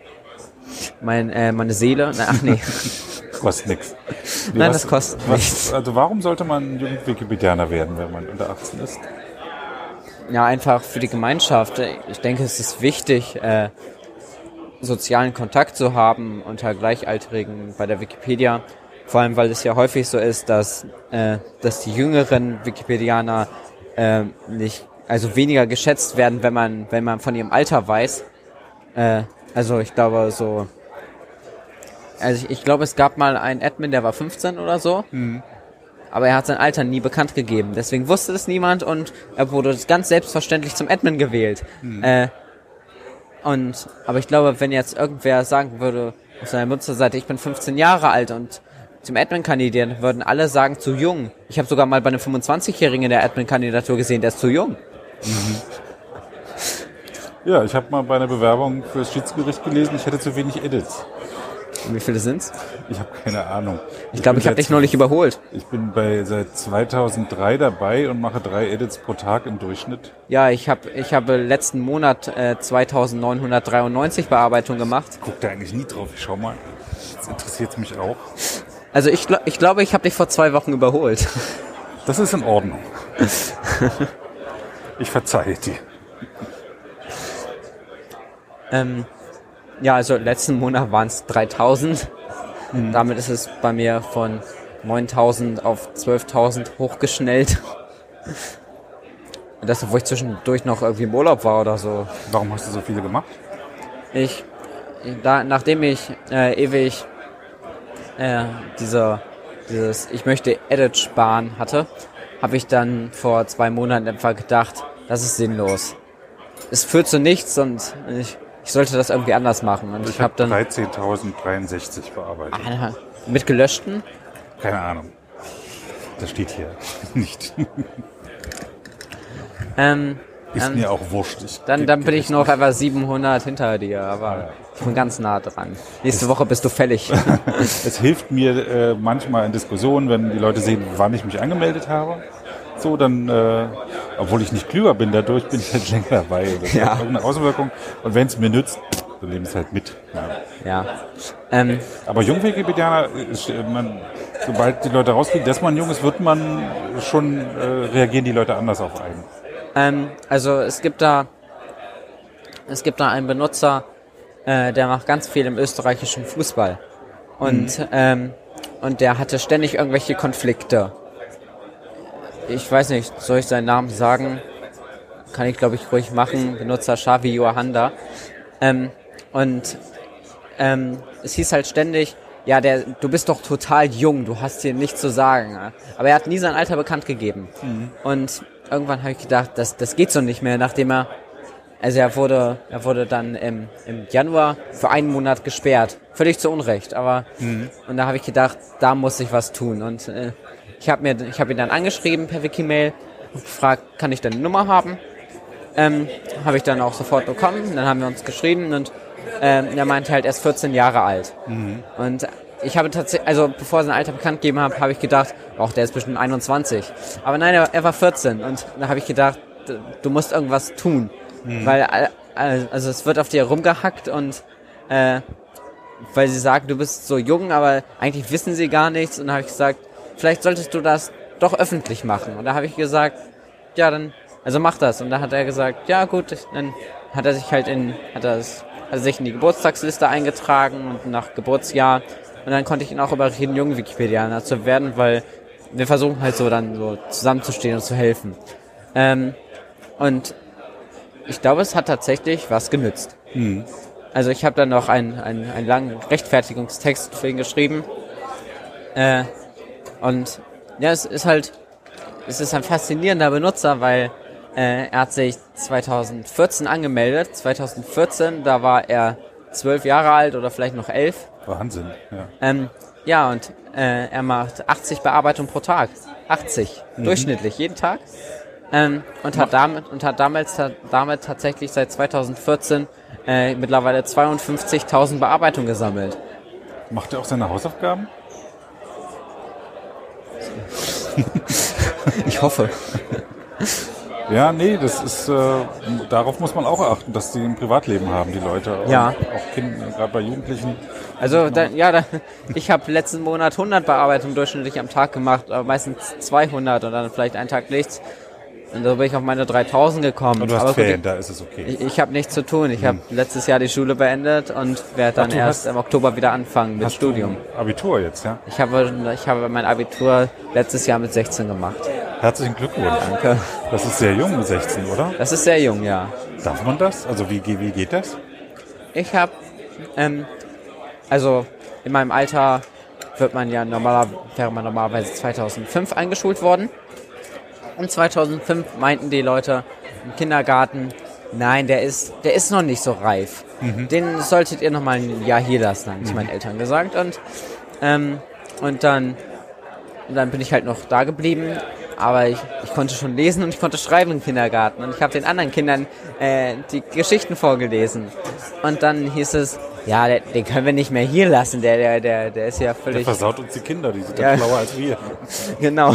Meine Seele. Ach nee. Kostet nichts. Nee, Nein, das kostet nichts. Also warum sollte man Jungwikipedianer werden, wenn man unter 18 ist? Ja, einfach für die Gemeinschaft. Ich denke, es ist wichtig, sozialen Kontakt zu haben unter Gleichaltrigen bei der Wikipedia. Vor allem, weil es ja häufig so ist, dass die jüngeren Wikipedianer also weniger geschätzt werden, wenn man von ihrem Alter weiß. Also ich glaube ich glaube, es gab mal einen Admin, der war 15 oder so. Mhm. Aber er hat sein Alter nie bekannt gegeben. Deswegen wusste es niemand und er wurde ganz selbstverständlich zum Admin gewählt. Mhm. Aber ich glaube, wenn jetzt irgendwer sagen würde auf seiner Nutzerseite, ich bin 15 Jahre alt und zum Admin kandidieren, würden alle sagen, zu jung. Ich habe sogar mal bei einem 25-Jährigen in der Admin-Kandidatur gesehen, der ist zu jung. Mhm. Ja, ich habe mal bei einer Bewerbung fürs Schiedsgericht gelesen, ich hätte zu wenig Edits. Und wie viele sind's? Ich habe keine Ahnung. Ich glaube, ich habe dich neulich überholt. Ich bin seit 2003 dabei und mache 3 Edits pro Tag im Durchschnitt. Ja, ich habe letzten Monat 2993 Bearbeitungen gemacht. Guck da eigentlich nie drauf. Ich schau mal. Das interessiert mich auch. Also ich glaube, ich habe dich vor 2 Wochen überholt. Das ist in Ordnung. Ich verzeihe dir. Ja, also letzten Monat waren es 3000. Mhm. Damit ist es bei mir von 9000 auf 12.000 hochgeschnellt. Das, wo ich zwischendurch noch irgendwie im Urlaub war oder so. Warum hast du so viele gemacht? Nachdem ich ewig dieses Ich möchte Edit sparen hatte, habe ich dann vor 2 Monaten etwa gedacht, das ist sinnlos. Es führt zu nichts und ich sollte das irgendwie anders machen. Und ich habe dann 13.063 bearbeitet. Mit gelöschten? Keine Ahnung. Das steht hier nicht. Ist mir auch wurscht. Dann bin ich noch etwa 700 hinter dir, aber ich bin ganz nah dran. Nächste Woche bist du fällig. Es hilft mir manchmal in Diskussionen, wenn die Leute sehen, wann ich mich angemeldet habe. So, dann, obwohl ich nicht klüger bin, dadurch bin ich halt länger dabei. Das hat irgendeine Auswirkung. Und wenn es mir nützt, dann nehme ich es halt mit. Ja. Aber Jungwikipedianer, sobald die Leute rauskriegen, dass man jung ist, wird man schon, reagieren die Leute anders auf einen. Also es gibt da einen Benutzer, der macht ganz viel im österreichischen Fußball. Und der hatte ständig irgendwelche Konflikte. Ich weiß nicht, soll ich seinen Namen sagen? Kann ich, glaube ich, ruhig machen. Benutzer Xavi Johanda. Es hieß halt ständig, ja, du bist doch total jung, du hast hier nichts zu sagen. Aber er hat nie sein Alter bekannt gegeben. Mhm. Und irgendwann habe ich gedacht, das geht so nicht mehr, nachdem er wurde dann im Januar für 1 Monat gesperrt. Völlig zu Unrecht, aber und da habe ich gedacht, da muss ich was tun. Und ich habe ihn dann angeschrieben per Wikimail und gefragt, kann ich deine Nummer haben? Habe ich dann auch sofort bekommen. Dann haben wir uns geschrieben und er meinte halt, er ist 14 Jahre alt. Mhm. Und ich habe tatsächlich, also bevor er sein Alter bekannt gegeben hat, habe ich gedacht, der ist bestimmt 21. Aber nein, er war 14 und da habe ich gedacht, du musst irgendwas tun. Mhm. Weil, also es wird auf dir rumgehackt und weil sie sagen, du bist so jung, aber eigentlich wissen sie gar nichts. Und da habe ich gesagt, vielleicht solltest du das doch öffentlich machen. Und da habe ich gesagt, ja, dann, also mach das. Und da hat er gesagt, ja gut, dann hat er sich halt in die Geburtstagsliste eingetragen und nach Geburtsjahr. Und dann konnte ich ihn auch überreden, Jungwikipedianer zu werden, weil wir versuchen halt so dann so zusammenzustehen und zu helfen. Und ich glaube, es hat tatsächlich was genützt. Mhm. Also ich habe dann noch einen langen Rechtfertigungstext für ihn geschrieben. Und ja, es ist ein faszinierender Benutzer, weil er hat sich 2014 angemeldet. 2014, da war er 12 Jahre alt oder vielleicht noch 11. Wahnsinn, ja. Ja, und er macht 80 Bearbeitungen pro Tag. 80. Durchschnittlich, jeden Tag. Und hat damit tatsächlich seit 2014 mittlerweile 52.000 Bearbeitungen gesammelt. Macht er auch seine Hausaufgaben? Ich hoffe. Ja, nee, das ist, darauf muss man auch achten, dass die ein Privatleben haben, die Leute. Ja. Und auch Kinder, gerade bei Jugendlichen. Also, ich habe letzten Monat 100 Bearbeitungen durchschnittlich am Tag gemacht, aber meistens 200 und dann vielleicht einen Tag nichts. Und so bin ich auf meine 3.000 gekommen. Und du hast aber Ferien, da ist es okay. Ich habe nichts zu tun. Ich habe letztes Jahr die Schule beendet und werde dann erst im Oktober wieder anfangen mit Studium. Abitur jetzt, ja? Ich habe mein Abitur letztes Jahr mit 16 gemacht. Herzlichen Glückwunsch. Danke. Das ist sehr jung mit 16, oder? Das ist sehr jung, ja. Darf man das? Also wie geht das? Ich habe, also in meinem Alter wäre man normalerweise 2005 eingeschult worden. Und 2005 meinten die Leute im Kindergarten, nein, der ist noch nicht so reif. Den solltet ihr noch mal ein Jahr hier lassen, haben zu meinen Eltern gesagt. Und dann bin ich halt noch da geblieben. Aber ich konnte schon lesen und ich konnte schreiben im Kindergarten. Und ich habe den anderen Kindern die Geschichten vorgelesen. Und dann hieß es, ja, den können wir nicht mehr hier lassen. Der ist ja völlig... Der versaut uns die Kinder, die sind ja schlauer als wir. Genau.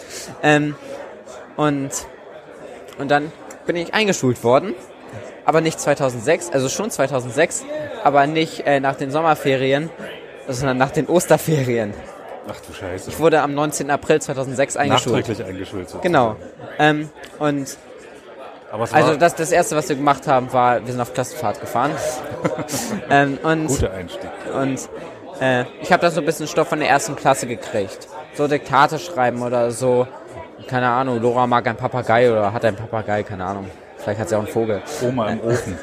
Und dann bin ich eingeschult worden. Aber nicht 2006, also schon 2006, aber nicht nach den Sommerferien, sondern nach den Osterferien. Ach du Scheiße. Ich wurde am 19. April 2006 eingeschult. Nachträglich eingeschult. Sozusagen. Genau. Aber es war Also das Erste, was wir gemacht haben, war, wir sind auf Klassenfahrt gefahren. guter Einstieg. Und ich habe da so ein bisschen Stoff von der ersten Klasse gekriegt. So Diktate schreiben oder so. Keine Ahnung, Lora mag einen Papagei oder hat einen Papagei, keine Ahnung. Vielleicht hat sie auch einen Vogel. Oma im Ofen.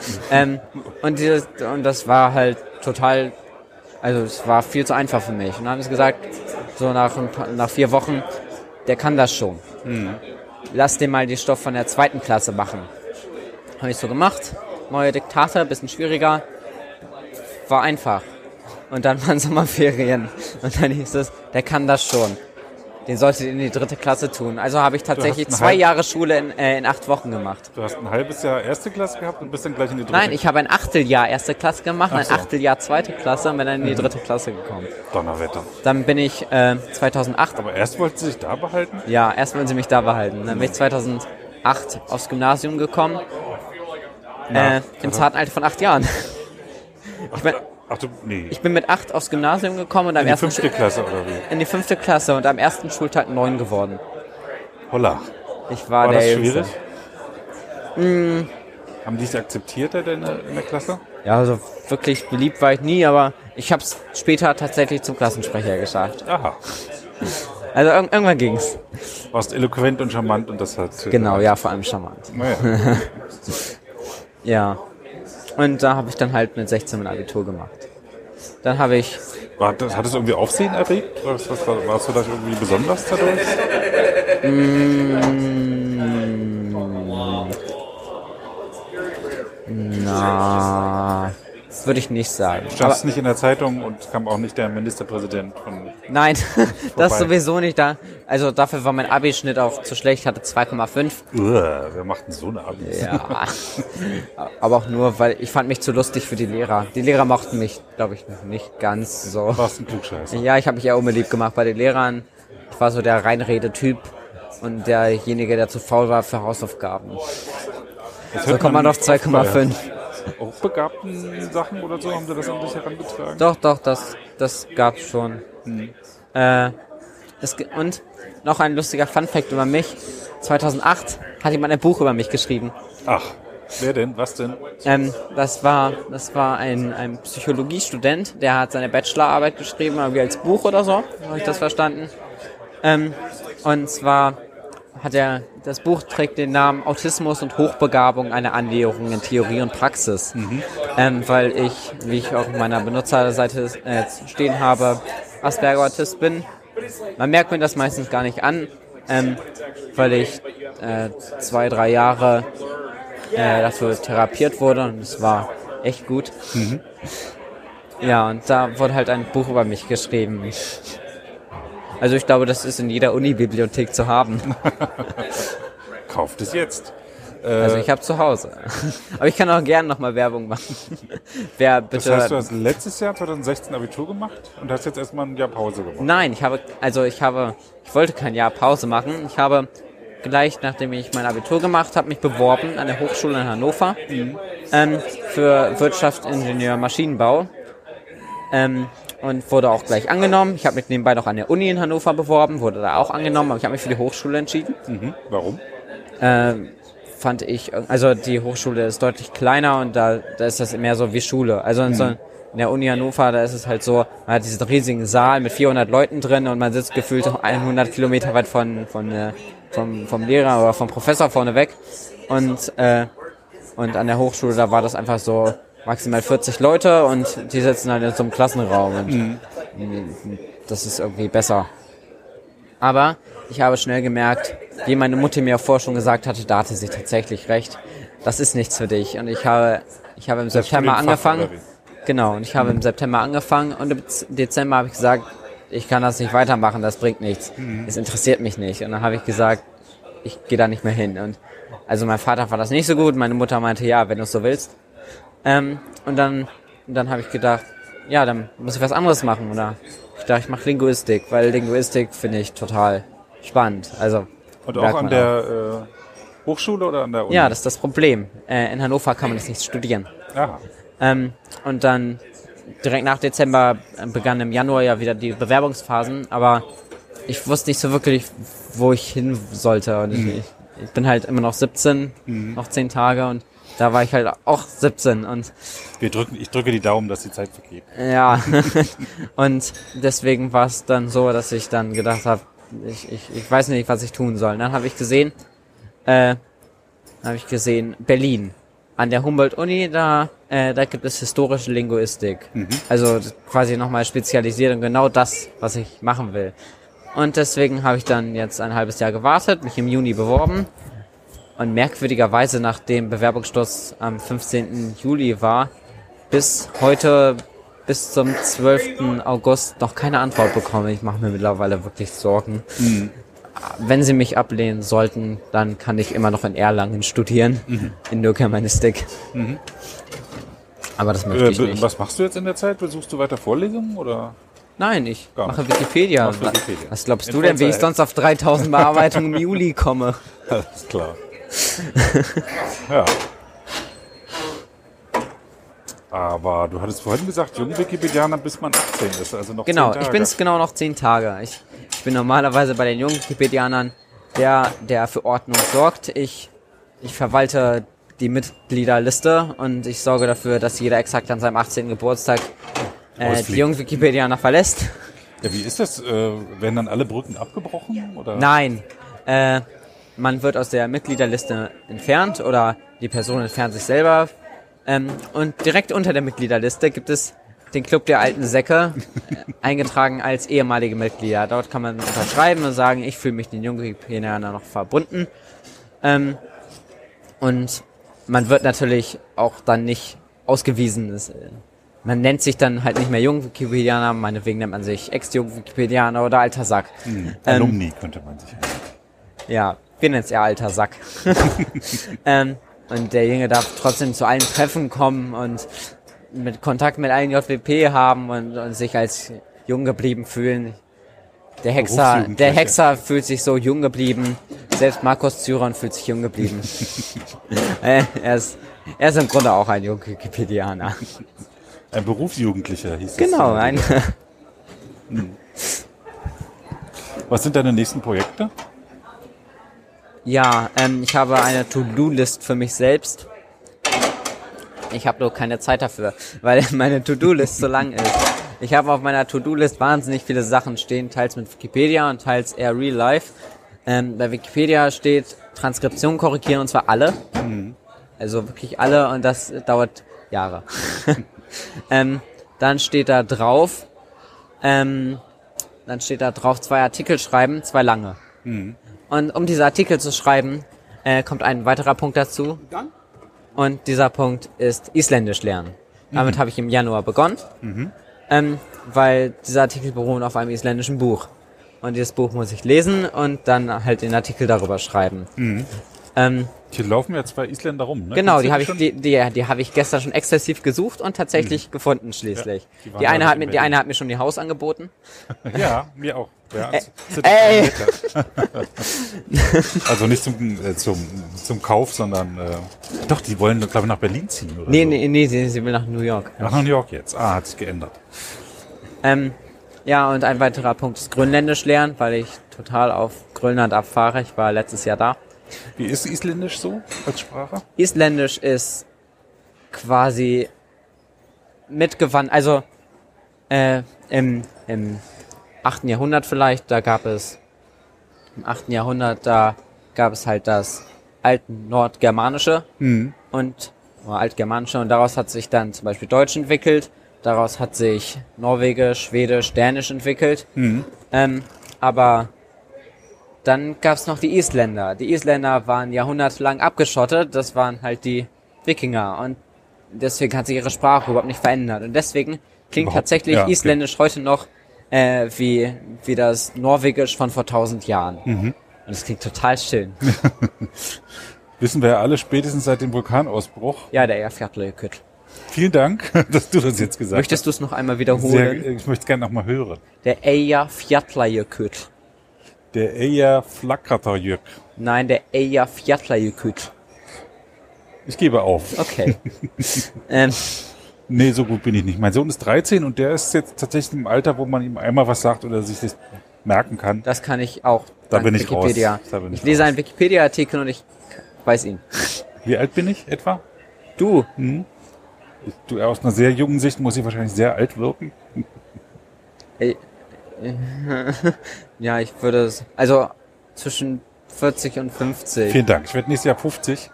Und das war halt total, also es war viel zu einfach für mich. Und dann haben sie gesagt, so nach 4 Wochen, der kann das schon. Lass den mal die Stoff von der 2. Klasse machen. Habe ich so gemacht. Neue Diktate, bisschen schwieriger. War einfach. Und dann waren Sommerferien. Und dann hieß es, der kann das schon. Den solltet ihr in die 3. Klasse tun. Also habe ich tatsächlich 2 Jahre Schule in 8 Wochen gemacht. Du hast ein halbes Jahr 1. Klasse gehabt und bist dann gleich in die 3. Nein, ich habe ein Achteljahr 1. Klasse gemacht, ein Achteljahr 2. Klasse und bin dann in die 3. Klasse gekommen. Donnerwetter. Dann bin ich 2008... Aber erst wollten sie sich da behalten? Ja, erst wollten sie mich da behalten. Dann bin ich 2008 aufs Gymnasium gekommen. Im zarten Alter von 8 Jahren. Ich bin mit 8 aufs Gymnasium gekommen und am ersten... In die 5. Klasse oder wie? In die 5. Klasse und am ersten Schultag 9 geworden. Holla. Ich war das der schwierig? Jüngste. Haben die es akzeptiert in der Klasse? Ja, also wirklich beliebt war ich nie, aber ich habe es später tatsächlich zum Klassensprecher geschafft. Aha. Also irgendwann ging's. Warst eloquent und charmant und das hat... Genau, ja, vor allem charmant. Naja. Ja. Und da habe ich dann halt mit 16 mein Abitur gemacht. Dann habe ich... Hat es irgendwie Aufsehen erregt? Warst du da irgendwie besonders dadurch? Na, das würde ich nicht sagen. Stand es nicht in der Zeitung und kam auch nicht der Ministerpräsident von... Nein, das sowieso nicht da. Also dafür war mein Abi-Schnitt auch zu schlecht. Ich hatte 2,5. Wer macht denn so eine Abi? Ja, aber auch nur, weil ich fand mich zu lustig für die Lehrer. Die Lehrer mochten mich, glaube ich, nicht ganz so. Warst ein Klugscheißer. Ja, ich habe mich eher unbeliebt gemacht bei den Lehrern. Ich war so der Reinrede-Typ und derjenige, der zu faul war für Hausaufgaben. So kommt man auf 2,5. Auch begabten Sachen oder so, haben sie das an dich herangetragen? Doch, das gab's schon. Und noch ein lustiger Funfact über mich. 2008 hat jemand ein Buch über mich geschrieben. Ach, wer denn? Was denn? Das war ein Psychologiestudent, der hat seine Bachelorarbeit geschrieben, irgendwie als Buch oder so, habe ich das verstanden. Und zwar das Buch trägt den Namen Autismus und Hochbegabung, eine Annäherung in Theorie und Praxis. Weil ich, wie ich auch auf meiner Benutzerseite stehen habe, Asperger-Autist bin. Man merkt mir das meistens gar nicht an, weil ich 2-3 Jahre dafür therapiert wurde und es war echt gut. Ja, und da wurde halt ein Buch über mich geschrieben. Also ich glaube, das ist in jeder Uni-Bibliothek zu haben. Kauft es jetzt. Also ich habe zu Hause. Aber ich kann auch gerne nochmal Werbung machen. Wer bitte. Das heißt, du hast letztes Jahr 2016 Abitur gemacht und hast jetzt erstmal ein Jahr Pause gemacht. Nein, ich wollte kein Jahr Pause machen. Ich habe gleich, nachdem ich mein Abitur gemacht habe, mich beworben an der Hochschule in Hannover für Wirtschaft, Ingenieur, Maschinenbau. Und wurde auch gleich angenommen. Ich habe mich nebenbei noch an der Uni in Hannover beworben, wurde da auch angenommen, aber ich habe mich für die Hochschule entschieden. Mhm. Warum? Fand ich, also die Hochschule ist deutlich kleiner und da ist das mehr so wie Schule. Also in der Uni Hannover, da ist es halt so, man hat diesen riesigen Saal mit 400 Leuten drin und man sitzt gefühlt 100 Kilometer weit vom Lehrer oder vom Professor vorne weg. Und an der Hochschule, da war das einfach so maximal 40 Leute und die sitzen halt in so einem Klassenraum und das ist irgendwie besser. Aber ich habe schnell gemerkt, wie meine Mutter mir vorher schon gesagt hatte, da hatte sie tatsächlich recht. Das ist nichts für dich. Und ich habe im September angefangen. Genau, und ich habe im September angefangen und im Dezember habe ich gesagt, ich kann das nicht weitermachen, das bringt nichts. Es interessiert mich nicht. Und dann habe ich gesagt, ich gehe da nicht mehr hin. Und also mein Vater fand das nicht so gut, meine Mutter meinte, ja, wenn du es so willst. Und dann habe ich gedacht, ja, dann muss ich was anderes machen. Oder ich dachte, ich mache Linguistik, weil Linguistik finde ich total spannend. Also und auch an der Hochschule oder an der Uni? Ja, das ist das Problem. In Hannover kann man das nicht studieren. Aha. Und dann direkt nach Dezember begannen im Januar ja wieder die Bewerbungsphasen, aber ich wusste nicht so wirklich, wo ich hin sollte. Und ich bin halt immer noch 17, noch 10 Tage und da war ich halt auch 17 und ich drücke die Daumen, dass die Zeit vergeht. Ja, und deswegen war es dann so, dass ich dann gedacht habe, ich weiß nicht, was ich tun soll. Dann habe ich gesehen, Berlin. An der Humboldt-Uni, da gibt es historische Linguistik. Also quasi nochmal spezialisiert und genau das, was ich machen will. Und deswegen habe ich dann jetzt ein halbes Jahr gewartet, mich im Juni beworben. Und merkwürdigerweise, nachdem Bewerbungsschluss am 15. Juli war, bis heute, bis zum 12. August noch keine Antwort bekommen. Ich mache mir mittlerweile wirklich Sorgen. Wenn sie mich ablehnen sollten, dann kann ich immer noch in Erlangen studieren, in der Germanistik. Aber das möchte ich nicht. Was machst du jetzt in der Zeit? Besuchst du weiter Vorlesungen oder? Nein, ich mache Wikipedia. Was glaubst du denn, wie ich Vollzeit. sonst auf 3000 Bearbeitungen im Juli komme? Alles klar. Ja. Aber du hattest vorhin gesagt, Jungwikipedianer bis man 18 ist, also noch 10 Tage. Ich bin es genau noch 10 Tage. Ich bin normalerweise bei den jungen Wikipedianern der für Ordnung sorgt. Ich verwalte die Mitgliederliste und ich sorge dafür, dass jeder exakt an seinem 18. Geburtstag die jungen Wikipedianer verlässt. Ja, wie ist das? Werden dann alle Brücken abgebrochen? Oder? Nein. Man wird aus der Mitgliederliste entfernt oder die Person entfernt sich selber. Und direkt unter der Mitgliederliste gibt es den Club der alten Säcke, eingetragen als ehemalige Mitglieder. Dort kann man unterschreiben und sagen, ich fühle mich den jungen Wikipedianern noch verbunden. Und man wird natürlich auch dann nicht ausgewiesen. Man nennt sich dann halt nicht mehr Jung-Wikipedianer, meinetwegen nennt man sich Ex-Jung-Wikipedianer oder alter Sack. Alumni könnte man sich nennen. Ja, wir nennen es eher alter Sack. Und der Junge darf trotzdem zu allen Treffen kommen und mit Kontakt mit allen JWP haben und sich als jung geblieben fühlen. Der Hexer fühlt sich so jung geblieben. Selbst Markus Zyron fühlt sich jung geblieben. Er ist im Grunde auch ein junger Wikipedianer. Ein Berufsjugendlicher hieß es. Genau, Was sind deine nächsten Projekte? Ja, ich habe eine To-Do-List für mich selbst. Ich habe nur keine Zeit dafür, weil meine To-Do-List so lang ist. Ich habe auf meiner To-Do-List wahnsinnig viele Sachen stehen, teils mit Wikipedia und teils eher Real Life. Bei Wikipedia steht Transkription korrigieren und zwar alle. Also wirklich alle und das dauert Jahre. Dann steht da drauf, 2 Artikel schreiben, 2 lange. Und um diese Artikel zu schreiben, kommt ein weiterer Punkt dazu. Und dieser Punkt ist Isländisch lernen. Damit habe ich im Januar begonnen, weil dieser Artikel beruht auf einem isländischen Buch. Und dieses Buch muss ich lesen und dann halt den Artikel darüber schreiben. Hier laufen ja 2 Isländer rum, ne? Genau, Kennst du die habe ich gestern schon exzessiv gesucht und tatsächlich gefunden schließlich. Ja, die eine hat mir schon ihr Haus angeboten. Ja, mir auch. Ja, ey! Also nicht zum Kauf, sondern doch, die wollen, glaube ich, nach Berlin ziehen, oder? Nee, sie will nach New York. Nach New York jetzt. Hat sich geändert. Ja, und ein weiterer Punkt ist Grönländisch lernen, weil ich total auf Grönland abfahre. Ich war letztes Jahr da. Wie ist Isländisch so als Sprache? Isländisch ist quasi mitgewandt, also im 8. Jahrhundert vielleicht, da gab es halt das Altnordgermanische und Altgermanische und daraus hat sich dann zum Beispiel Deutsch entwickelt, daraus hat sich Norwegisch, Schwedisch, Dänisch entwickelt, aber dann gab's noch die Isländer. Die Isländer waren jahrhundertelang abgeschottet, das waren halt die Wikinger und deswegen hat sich ihre Sprache überhaupt nicht verändert und deswegen klingt tatsächlich Isländisch heute noch wie das Norwegisch von vor 1000 Jahren. Und es klingt total schön. Wissen wir ja alle spätestens seit dem Vulkanausbruch. Ja, der Eyjafjallajökull. Vielen Dank, dass du das jetzt gesagt hast. Möchtest du es noch einmal wiederholen? Ich möchte es gerne noch mal hören. Der Eyjafjallajökull. Der Eyjafjallajökull. Nein, der Eyjafjallajökull. Ich gebe auf. Okay. Nee, so gut bin ich nicht. Mein Sohn ist 13 und der ist jetzt tatsächlich im Alter, wo man ihm einmal was sagt oder sich das merken kann. Das kann ich auch. Da bin ich Wikipedia. raus. Da bin ich lese einen Wikipedia-Artikel und ich weiß ihn. Wie alt bin ich etwa? Du. Du aus einer sehr jungen Sicht muss ich wahrscheinlich sehr alt wirken. Ja, ich würde also zwischen 40 und 50. Vielen Dank. Ich werde nächstes Jahr 50.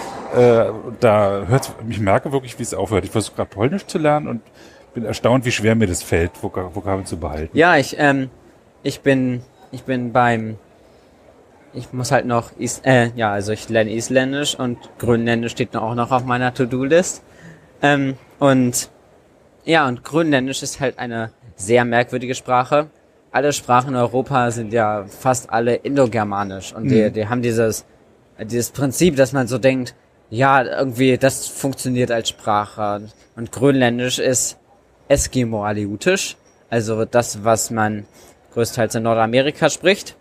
Ich merke wirklich, wie es aufhört. Ich versuche gerade Polnisch zu lernen und bin erstaunt, wie schwer mir das fällt, Vokabeln zu behalten. Ja, ich muss halt noch, ich lerne Isländisch und Grönländisch steht auch noch auf meiner To-Do-List. Und Grönländisch ist halt eine sehr merkwürdige Sprache. Alle Sprachen in Europa sind ja fast alle indogermanisch und die haben dieses Prinzip, dass man so denkt, ja, irgendwie, das funktioniert als Sprache. Und Grönländisch ist Eskimo-Aleutisch, also das, was man größtenteils in Nordamerika spricht.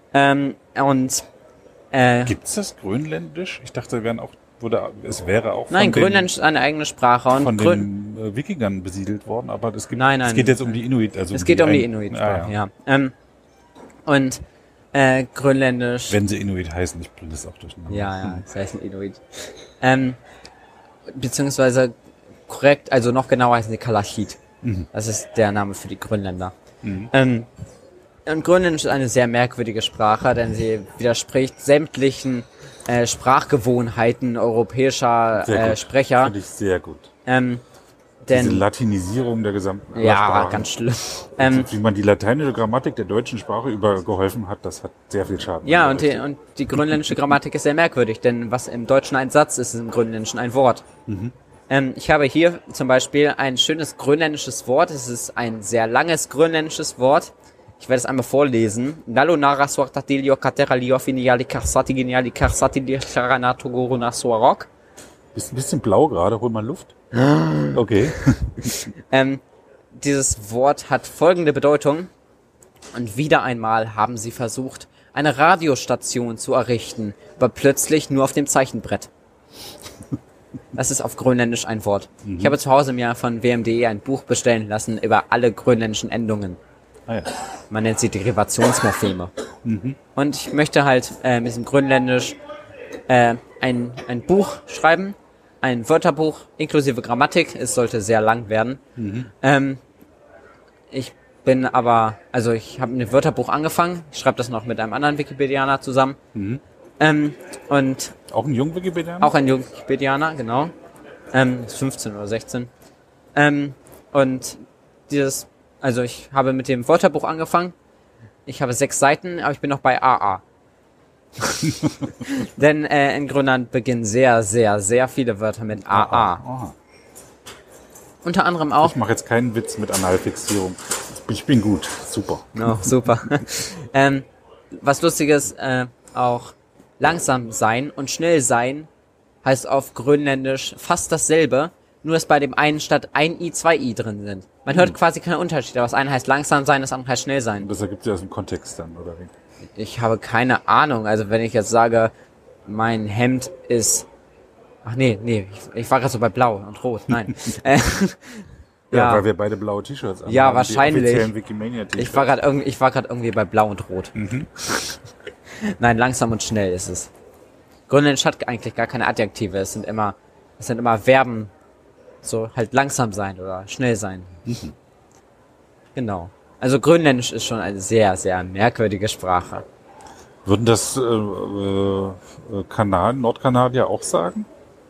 Gibt's das Grönländisch? Ich dachte, es wäre auch Nein, Grönländisch ist eine eigene Sprache. Und von den Wikingern besiedelt worden, aber es geht jetzt um die Inuit. Also es geht um die Inuit-Sprache, ja. Grönländisch. Wenn sie Inuit heißen, ich blende das auch durcheinander. Ja, das heißt Inuit. Beziehungsweise korrekt, also noch genauer heißen sie Kalaallit. Das ist der Name für die Grönländer. Und Grönländisch ist eine sehr merkwürdige Sprache, denn sie widerspricht sämtlichen Sprachgewohnheiten europäischer Sprecher. Finde ich sehr gut. Diese Latinisierung der gesamten Ja, Sprache. ganz schlimm. Wie man die lateinische Grammatik der deutschen Sprache übergeholfen hat, das hat sehr viel Schaden. Ja, und die grönländische Grammatik ist sehr merkwürdig, denn was im Deutschen ein Satz ist, ist im Grönländischen ein Wort. Ich habe hier zum Beispiel ein schönes grönländisches Wort. Es ist ein sehr langes grönländisches Wort. Ich werde es einmal vorlesen. Nalonara Swartatilio Kateralio Finiali Karsati Geniali Karsati Charanatogoruna Swarok. Bist ein bisschen blau gerade, hol mal Luft. Okay. Dieses Wort hat folgende Bedeutung. Und wieder einmal haben sie versucht, eine Radiostation zu errichten, aber plötzlich nur auf dem Zeichenbrett. Das ist auf Grönländisch ein Wort. Ich habe zu Hause mir von WMDE ein Buch bestellen lassen über alle grönländischen Endungen. Ja. Man nennt sie Derivationsmorpheme. Und ich möchte halt mit diesem Grönländisch ein Buch schreiben, ein Wörterbuch inklusive Grammatik. Es sollte sehr lang werden. Ich habe mit dem Wörterbuch angefangen. Ich schreibe das noch mit einem anderen Wikipedianer zusammen. Und auch ein Jung-Wikipedianer? Auch ein Jung-Wikipedianer, genau. Ist 15 oder 16. Ich habe mit dem Wörterbuch angefangen. Ich habe 6 Seiten, aber ich bin noch bei AA. Denn in Grönland beginnen sehr, sehr, sehr viele Wörter mit AA. unter anderem auch. Ich mache jetzt keinen Witz mit Analfixierung. Ich bin gut. Super. Oh, super. Was Lustiges, auch langsam sein und schnell sein heißt auf Grönländisch fast dasselbe, nur dass bei dem einen statt ein I 2 I drin sind. Man hört quasi keinen Unterschied, aber das eine heißt langsam sein, das andere heißt schnell sein. Das ergibt sich aus dem Kontext dann, oder wie? Ich habe keine Ahnung, also wenn ich jetzt sage, mein Hemd ist... Ach nee, ich war gerade so bei Blau und Rot, nein. Ja, weil wir beide blaue T-Shirts haben. Ja, wahrscheinlich. Die offiziellen Wikimania-T-Shirts. Ich war gerade irgendwie bei Blau und Rot. Nein, langsam und schnell ist es. Grönländisch hat eigentlich gar keine Adjektive. Es sind immer Verben. So halt langsam sein oder schnell sein. Genau. Also Grönländisch ist schon eine sehr, sehr merkwürdige Sprache. Würden das Nordkanadier auch sagen?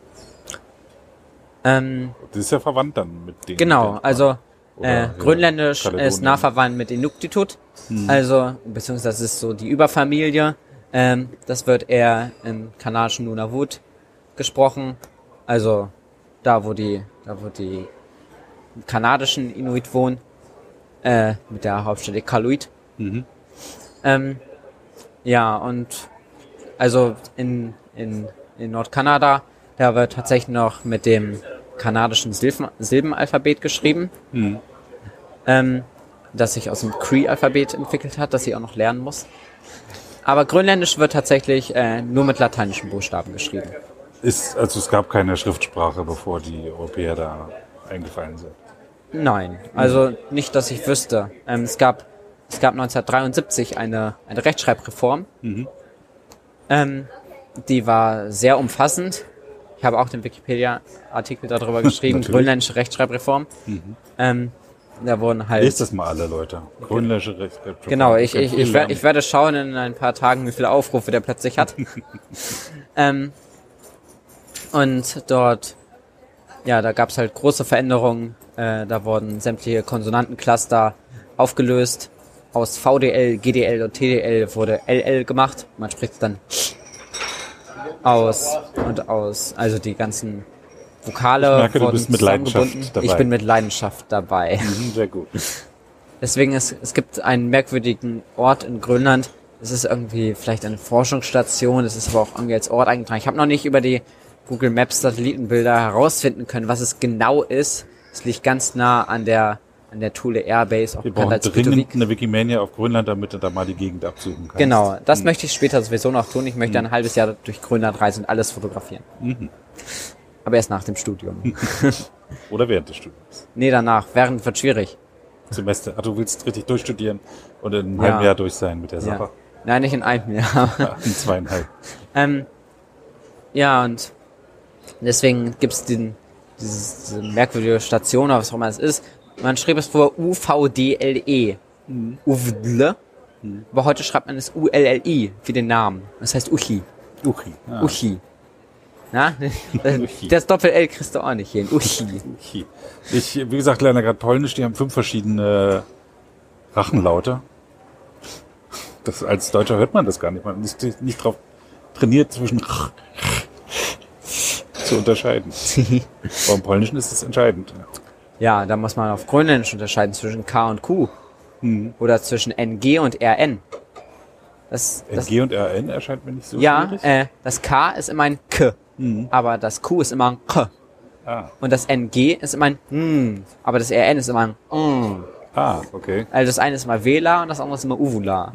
Das ist ja verwandt dann mit denen. Genau, also Grönländisch ist Kaledonien. nah verwandt mit Inuktitut. Also, beziehungsweise das ist so die Überfamilie. Das wird eher im kanadischen Nunavut gesprochen. Also da wo die kanadischen Inuit wohnen. Mit der Hauptstadt Iqaluit. Ja, und also in Nordkanada, da wird tatsächlich noch mit dem kanadischen Silbenalphabet geschrieben, das sich aus dem Cree-Alphabet entwickelt hat, das sie auch noch lernen muss. Aber Grönländisch wird tatsächlich nur mit lateinischen Buchstaben geschrieben. Also es gab keine Schriftsprache, bevor die Europäer da eingefallen sind. Nein, also nicht, dass ich wüsste. Es gab 1973 eine Rechtschreibreform. Die war sehr umfassend. Ich habe auch den Wikipedia-Artikel darüber geschrieben, grönländische Rechtschreibreform. Da wurden halt... Lest das mal alle, Leute. Grönländische Rechtschreibreform. Genau, ich werde schauen in ein paar Tagen, wie viele Aufrufe der plötzlich hat. Und dort, ja, da gab es halt große Veränderungen. Da wurden sämtliche Konsonantencluster aufgelöst. Aus VDL, GDL und TDL wurde LL gemacht. Man spricht dann aus, also die ganzen Vokale ich merke, wurden du bist mit Leidenschaft dabei. Ich bin mit Leidenschaft dabei. Sehr gut. Deswegen, es gibt einen merkwürdigen Ort in Grönland. Es ist irgendwie vielleicht eine Forschungsstation, es ist aber auch irgendwie als Ort eingetragen. Ich habe noch nicht über die Google Maps Satellitenbilder herausfinden können, was es genau ist. Es liegt ganz nah an der Thule Airbase, auch Wir bekannt brauchen als dringend Pituffik. eine Wikimania auf Grönland, damit du da mal die Gegend absuchen kannst. Genau, das möchte ich später sowieso noch tun. Ich möchte ein halbes Jahr durch Grönland reisen und alles fotografieren. Aber erst nach dem Studium. Oder während des Studiums. Nee, danach. Während wird schwierig. Semester. Du willst richtig durchstudieren und in einem halben Jahr durch sein mit der Sache. Ja. Nein, nicht in einem Jahr. Ja, in 2,5. Ja, und deswegen gibt's diese merkwürdige Station, oder was auch immer es ist. Man schrieb es vor UVDLE. Uvdle. Aber heute schreibt man es ULLI für den Namen. Das heißt Uchi. Uchi. Ah. Uchi. Na? Das Doppel-L kriegst du auch nicht hin. Uchi. Uchi. Ich, wie gesagt, lerne gerade Polnisch. Die haben 5 verschiedene Rachenlaute. Als Deutscher hört man das gar nicht. Man ist nicht drauf trainiert, zwischen zu unterscheiden. Beim Polnischen ist es entscheidend. Ja, da muss man auf Grönländisch unterscheiden zwischen K und Q. Oder zwischen NG und RN. NG und RN erscheint mir nicht so schwierig. schwierig. Das K ist immer ein K, aber das Q ist immer ein K. Und das NG ist immer ein aber das RN ist immer ein Okay. Also das eine ist immer Vela und das andere ist immer Uvula.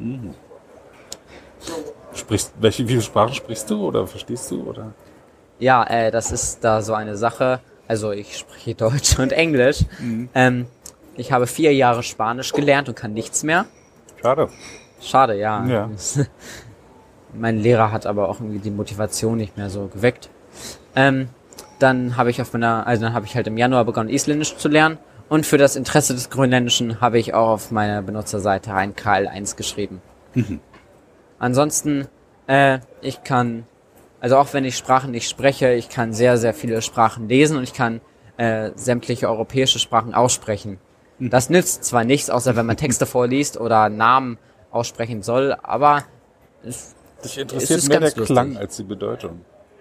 Wie viele Sprachen sprichst du oder verstehst du? Oder? Ja, das ist da so eine Sache. Also ich spreche Deutsch und Englisch. Ich habe 4 Jahre Spanisch gelernt und kann nichts mehr. Schade, ja. Mein Lehrer hat aber auch irgendwie die Motivation nicht mehr so geweckt. Dann habe ich halt im Januar begonnen, Isländisch zu lernen. Und für das Interesse des Grönländischen habe ich auch auf meiner Benutzerseite ein KL1 geschrieben. Ansonsten, ich kann, also auch wenn ich Sprachen nicht spreche, ich kann sehr, sehr viele Sprachen lesen und ich kann sämtliche europäische Sprachen aussprechen. Das nützt zwar nichts, außer wenn man Texte vorliest oder Namen aussprechen soll, aber Dich interessiert mehr der Klang als die Bedeutung.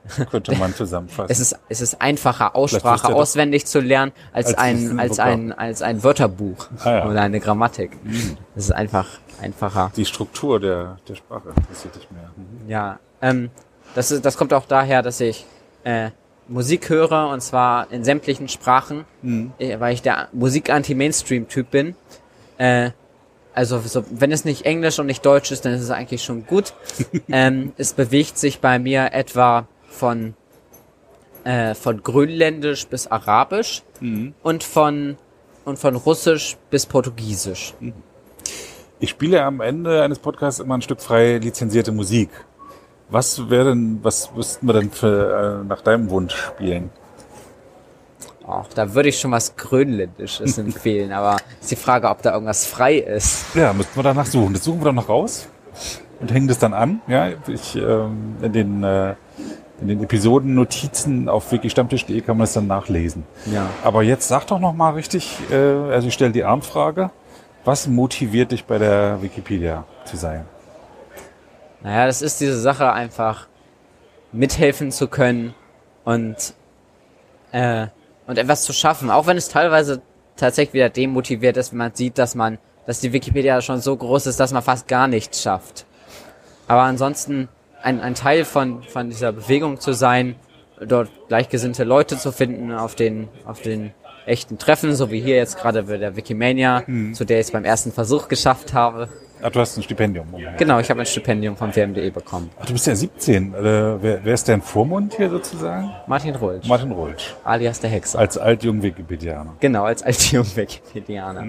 könnte man zusammenfassen. Es ist einfacher, Aussprache auswendig zu lernen, als ein Wörterbuch oder eine Grammatik. Es ist einfacher. Die Struktur der Sprache interessiert dich mehr. Ja, das kommt auch daher, dass ich Musik höre, und zwar in sämtlichen Sprachen, weil ich der Musik-Anti-Mainstream-Typ bin. Also wenn es nicht Englisch und nicht Deutsch ist, dann ist es eigentlich schon gut. Es bewegt sich bei mir etwa von Grönländisch bis Arabisch und von Russisch bis Portugiesisch. Ich spiele am Ende eines Podcasts immer ein Stück frei lizenzierte Musik. Was müssten wir denn für nach deinem Wunsch spielen? Ach, da würde ich schon was Grönländisches empfehlen, aber ist die Frage, ob da irgendwas frei ist. Ja, müssten wir danach suchen. Das suchen wir dann noch raus und hängen das dann an. Ja, in den Episodennotizen auf wikistammtisch.de kann man das dann nachlesen. Ja. Aber jetzt sag doch noch mal richtig, also ich stelle die Armfrage. Was motiviert dich bei der Wikipedia zu sein? Naja, das ist diese Sache, einfach mithelfen zu können und etwas zu schaffen, auch wenn es teilweise tatsächlich wieder demotiviert ist, wenn man sieht, dass die Wikipedia schon so groß ist, dass man fast gar nichts schafft. Aber ansonsten ein Teil von dieser Bewegung zu sein, dort gleichgesinnte Leute zu finden auf den echten Treffen, so wie hier jetzt gerade bei der Wikimania, zu der ich es beim ersten Versuch geschafft habe. Ach, du hast ein Stipendium. Genau, ich habe ein Stipendium vom WMDE bekommen. Ach, du bist ja 17. Wer ist dein Vormund hier sozusagen? Martin Rolsch. Martin Rolsch. Alias der Hexer. Als Altjung-Wikipedianer. Genau, als Altjung-Wikipedianer.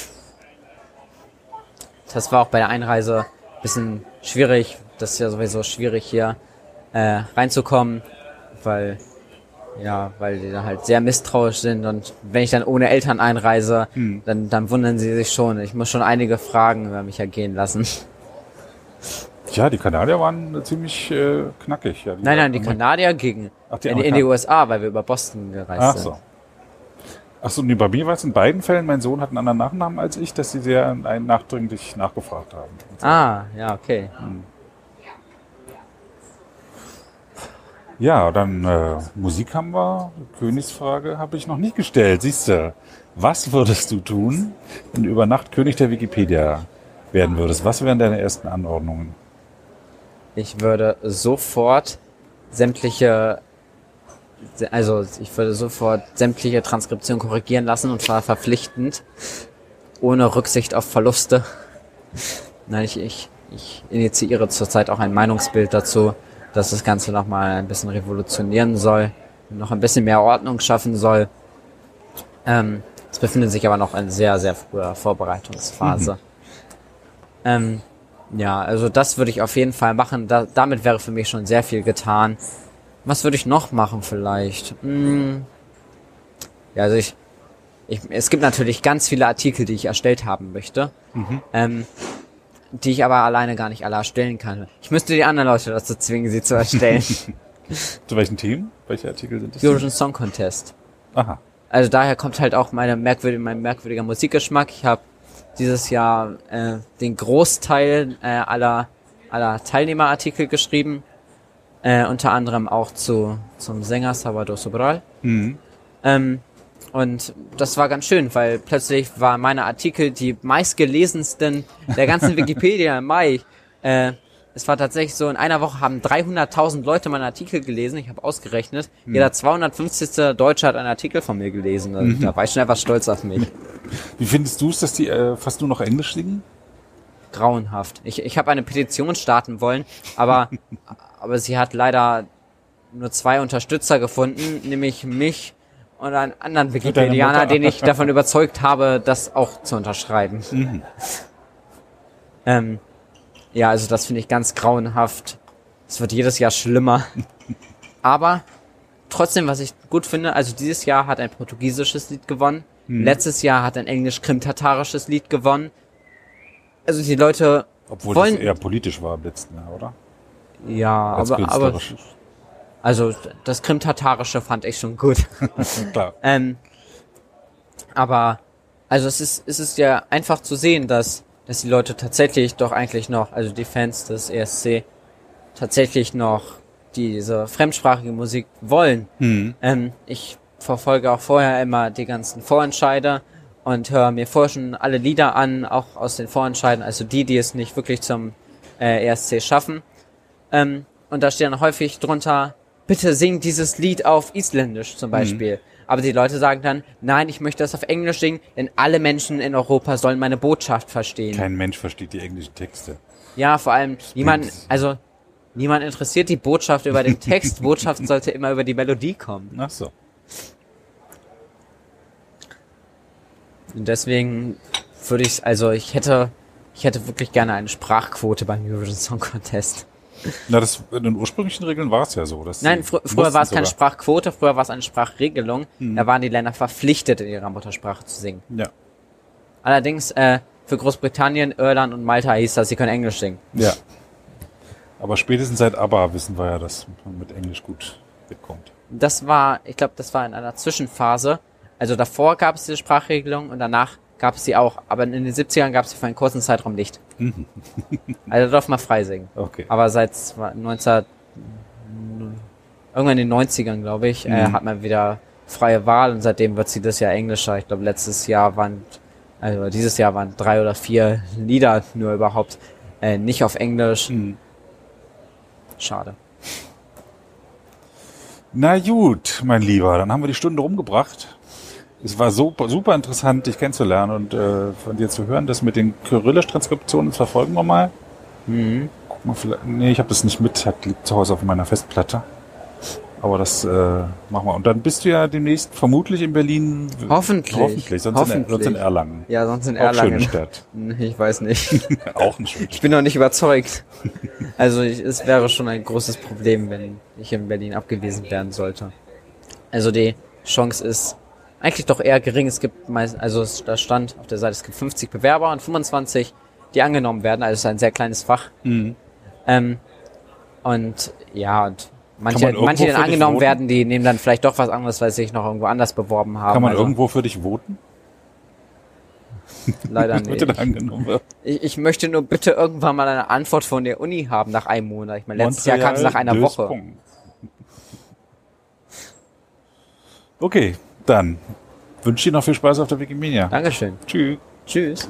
Das war auch bei der Einreise ein bisschen schwierig. Das ist ja sowieso schwierig hier reinzukommen, weil die da halt sehr misstrauisch sind, und wenn ich dann ohne Eltern einreise, dann wundern sie sich schon. Ich muss schon einige Fragen über mich ergehen lassen. Ja, die Kanadier waren ziemlich knackig. Ja, Nein, die Kanadier gingen in die USA, weil wir über Boston gereist sind. Ach so, nee, bei mir war es in beiden Fällen, mein Sohn hat einen anderen Nachnamen als ich, dass sie sehr nachdringlich nachgefragt haben. Ah, ja, okay. Ja, dann Musik haben wir. Königsfrage habe ich noch nicht gestellt. Siehst du, was würdest du tun, wenn du über Nacht König der Wikipedia werden würdest? Was wären deine ersten Anordnungen? Ich würde sofort sämtliche Transkriptionen korrigieren lassen, und zwar verpflichtend, ohne Rücksicht auf Verluste. Nein, ich initiiere zurzeit auch ein Meinungsbild dazu, dass das Ganze nochmal ein bisschen revolutionieren soll, noch ein bisschen mehr Ordnung schaffen soll. Es befindet sich aber noch in sehr, sehr früher Vorbereitungsphase. Ja, also das würde ich auf jeden Fall machen. Damit wäre für mich schon sehr viel getan. Was würde ich noch machen vielleicht? Ja, also es gibt natürlich ganz viele Artikel, die ich erstellt haben möchte. Die ich aber alleine gar nicht alle erstellen kann. Ich müsste die anderen Leute dazu zwingen, sie zu erstellen. Zu welchen Themen? Welche Artikel sind das? Eurovision Song Contest. Aha. Also daher kommt halt auch mein merkwürdiger Musikgeschmack. Ich habe dieses Jahr den Großteil aller Teilnehmerartikel geschrieben. Unter anderem auch zum Sänger Salvador Sobral. Und das war ganz schön, weil plötzlich waren meine Artikel die meistgelesensten der ganzen Wikipedia im Mai. Es war tatsächlich so, in einer Woche haben 300.000 Leute meine Artikel gelesen. Ich habe ausgerechnet, jeder 250. Deutsche hat einen Artikel von mir gelesen. Also da war ich schon etwas stolz auf mich. Wie findest du es, dass die fast nur noch Englisch singen? Grauenhaft. Ich habe eine Petition starten wollen, aber sie hat leider nur 2 Unterstützer gefunden, nämlich mich und einen anderen Wikipedianer, den ich davon überzeugt habe, das auch zu unterschreiben. Ja, also das finde ich ganz grauenhaft. Es wird jedes Jahr schlimmer. Aber trotzdem, was ich gut finde, also dieses Jahr hat ein portugiesisches Lied gewonnen. Letztes Jahr hat ein englisch-krim-tatarisches Lied gewonnen. Also die Leute Obwohl wollen... das eher politisch war im letzten Jahr, oder? Ja, aber also das Krim-Tatarische fand ich schon gut. Klar. Aber also es ist ja einfach zu sehen, dass die Leute tatsächlich doch eigentlich noch, also die Fans des ESC, tatsächlich noch diese fremdsprachige Musik wollen. Ich verfolge auch vorher immer die ganzen Vorentscheider und höre mir vorher schon alle Lieder an, auch aus den Vorentscheiden, also die es nicht wirklich zum ESC schaffen. Und da steht dann häufig drunter, bitte sing dieses Lied auf Isländisch zum Beispiel. Aber die Leute sagen dann, nein, ich möchte das auf Englisch singen, denn alle Menschen in Europa sollen meine Botschaft verstehen. Kein Mensch versteht die englischen Texte. Ja, vor allem niemand interessiert die Botschaft über den Text. Botschaft sollte immer über die Melodie kommen. Ach so. Und deswegen ich hätte wirklich gerne eine Sprachquote beim Eurovision Song Contest. Na, in den ursprünglichen Regeln war es ja so. Nein, früher war es keine Sprachquote, früher war es eine Sprachregelung. Da waren die Länder verpflichtet, in ihrer Muttersprache zu singen. Ja. Allerdings, für Großbritannien, Irland und Malta hieß das, sie können Englisch singen. Ja. Aber spätestens seit ABBA wissen wir ja, dass man mit Englisch gut mitkommt. Ich glaube, das war in einer Zwischenphase. Also davor gab es diese Sprachregelung und danach gab es sie auch. Aber in den 70ern gab es sie für einen kurzen Zeitraum nicht. Also da darf man frei singen. Okay. Aber irgendwann in den 90ern, glaube ich, hat man wieder freie Wahl und seitdem wird sie das Jahr englischer. Ich glaube, dieses Jahr waren 3 oder 4 Lieder nur überhaupt nicht auf Englisch. Schade. Na gut, mein Lieber, dann haben wir die Stunde rumgebracht. Es war super interessant, dich kennenzulernen und von dir zu hören. Das mit den Kyrillisch-Transkriptionen, das verfolgen wir mal. Guck mal, ich habe das nicht mit, liegt zu Hause auf meiner Festplatte. Aber das machen wir. Und dann bist du ja demnächst vermutlich in Berlin. Hoffentlich. Sonst in Erlangen. Ja, sonst in Auch Erlangen. schöne Stadt. Ich weiß nicht. Auch ein schönes. Ich bin noch nicht überzeugt. Also es wäre schon ein großes Problem, wenn ich in Berlin abgewiesen werden sollte. Also die Chance ist eigentlich doch eher gering. Es gibt da stand auf der Seite, es gibt 50 Bewerber und 25, die angenommen werden. Also es ist ein sehr kleines Fach. Und manche, die dann angenommen werden, die nehmen dann vielleicht doch was anderes, weil sie sich noch irgendwo anders beworben haben. Kann man irgendwo für dich voten? Leider nicht. Bitte angenommen wird. Ich möchte nur bitte irgendwann mal eine Antwort von der Uni haben nach einem Monat. Ich meine, letztes Jahr kam es nach einer Woche. Okay, dann wünsche ich dir noch viel Spaß auf der Wikimedia. Dankeschön. Tschüss. Tschüss.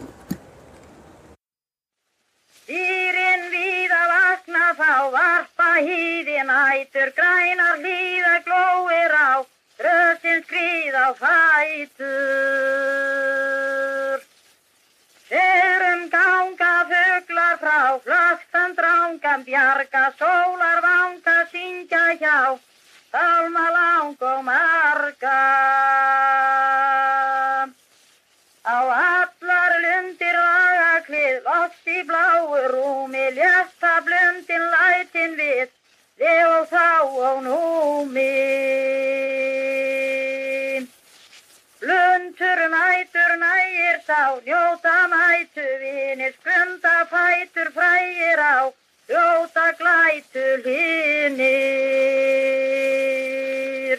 Dýrin víða vakna þá varpa hýði nætur, grænar hlíða glóir á, rössin skrið á fætur. Serum ganga fuglar frá, flöstan drangan bjarga, sólar vanga syngja hjá, sálma lang og marga. Á allar lundir vagaklið, loft í bláu rúmi, létta blundin lætin við og þá og númi. Blundur nætur nægir þá, njóta mætu vinir, skunda fætur frægir á, hljóta glætu hinir.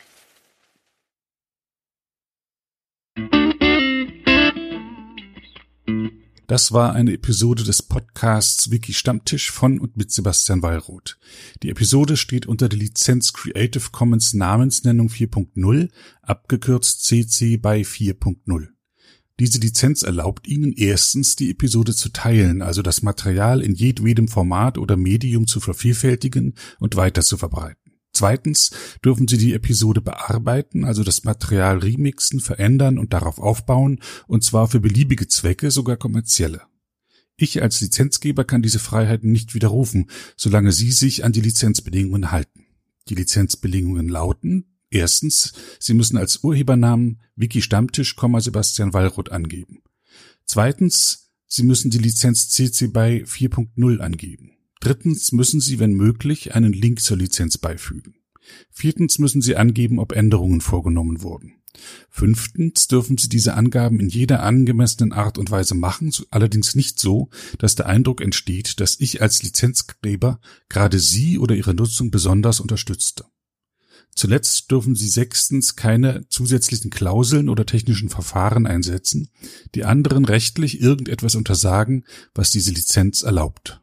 Das war eine Episode des Podcasts Wiki Stammtisch von und mit Sebastian Wallroth. Die Episode steht unter der Lizenz Creative Commons Namensnennung 4.0, abgekürzt CC BY 4.0. Diese Lizenz erlaubt Ihnen erstens, die Episode zu teilen, also das Material in jedwedem Format oder Medium zu vervielfältigen und weiter zu verbreiten. Zweitens dürfen Sie die Episode bearbeiten, also das Material remixen, verändern und darauf aufbauen, und zwar für beliebige Zwecke, sogar kommerzielle. Ich als Lizenzgeber kann diese Freiheiten nicht widerrufen, solange Sie sich an die Lizenzbedingungen halten. Die Lizenzbedingungen lauten: Erstens, Sie müssen als Urhebernamen Wiki Stammtisch, Sebastian Wallroth angeben. Zweitens, Sie müssen die Lizenz CC BY 4.0 angeben. Drittens müssen Sie, wenn möglich, einen Link zur Lizenz beifügen. Viertens müssen Sie angeben, ob Änderungen vorgenommen wurden. Fünftens dürfen Sie diese Angaben in jeder angemessenen Art und Weise machen, allerdings nicht so, dass der Eindruck entsteht, dass ich als Lizenzgeber gerade Sie oder Ihre Nutzung besonders unterstützte. Zuletzt dürfen Sie sechstens keine zusätzlichen Klauseln oder technischen Verfahren einsetzen, die anderen rechtlich irgendetwas untersagen, was diese Lizenz erlaubt.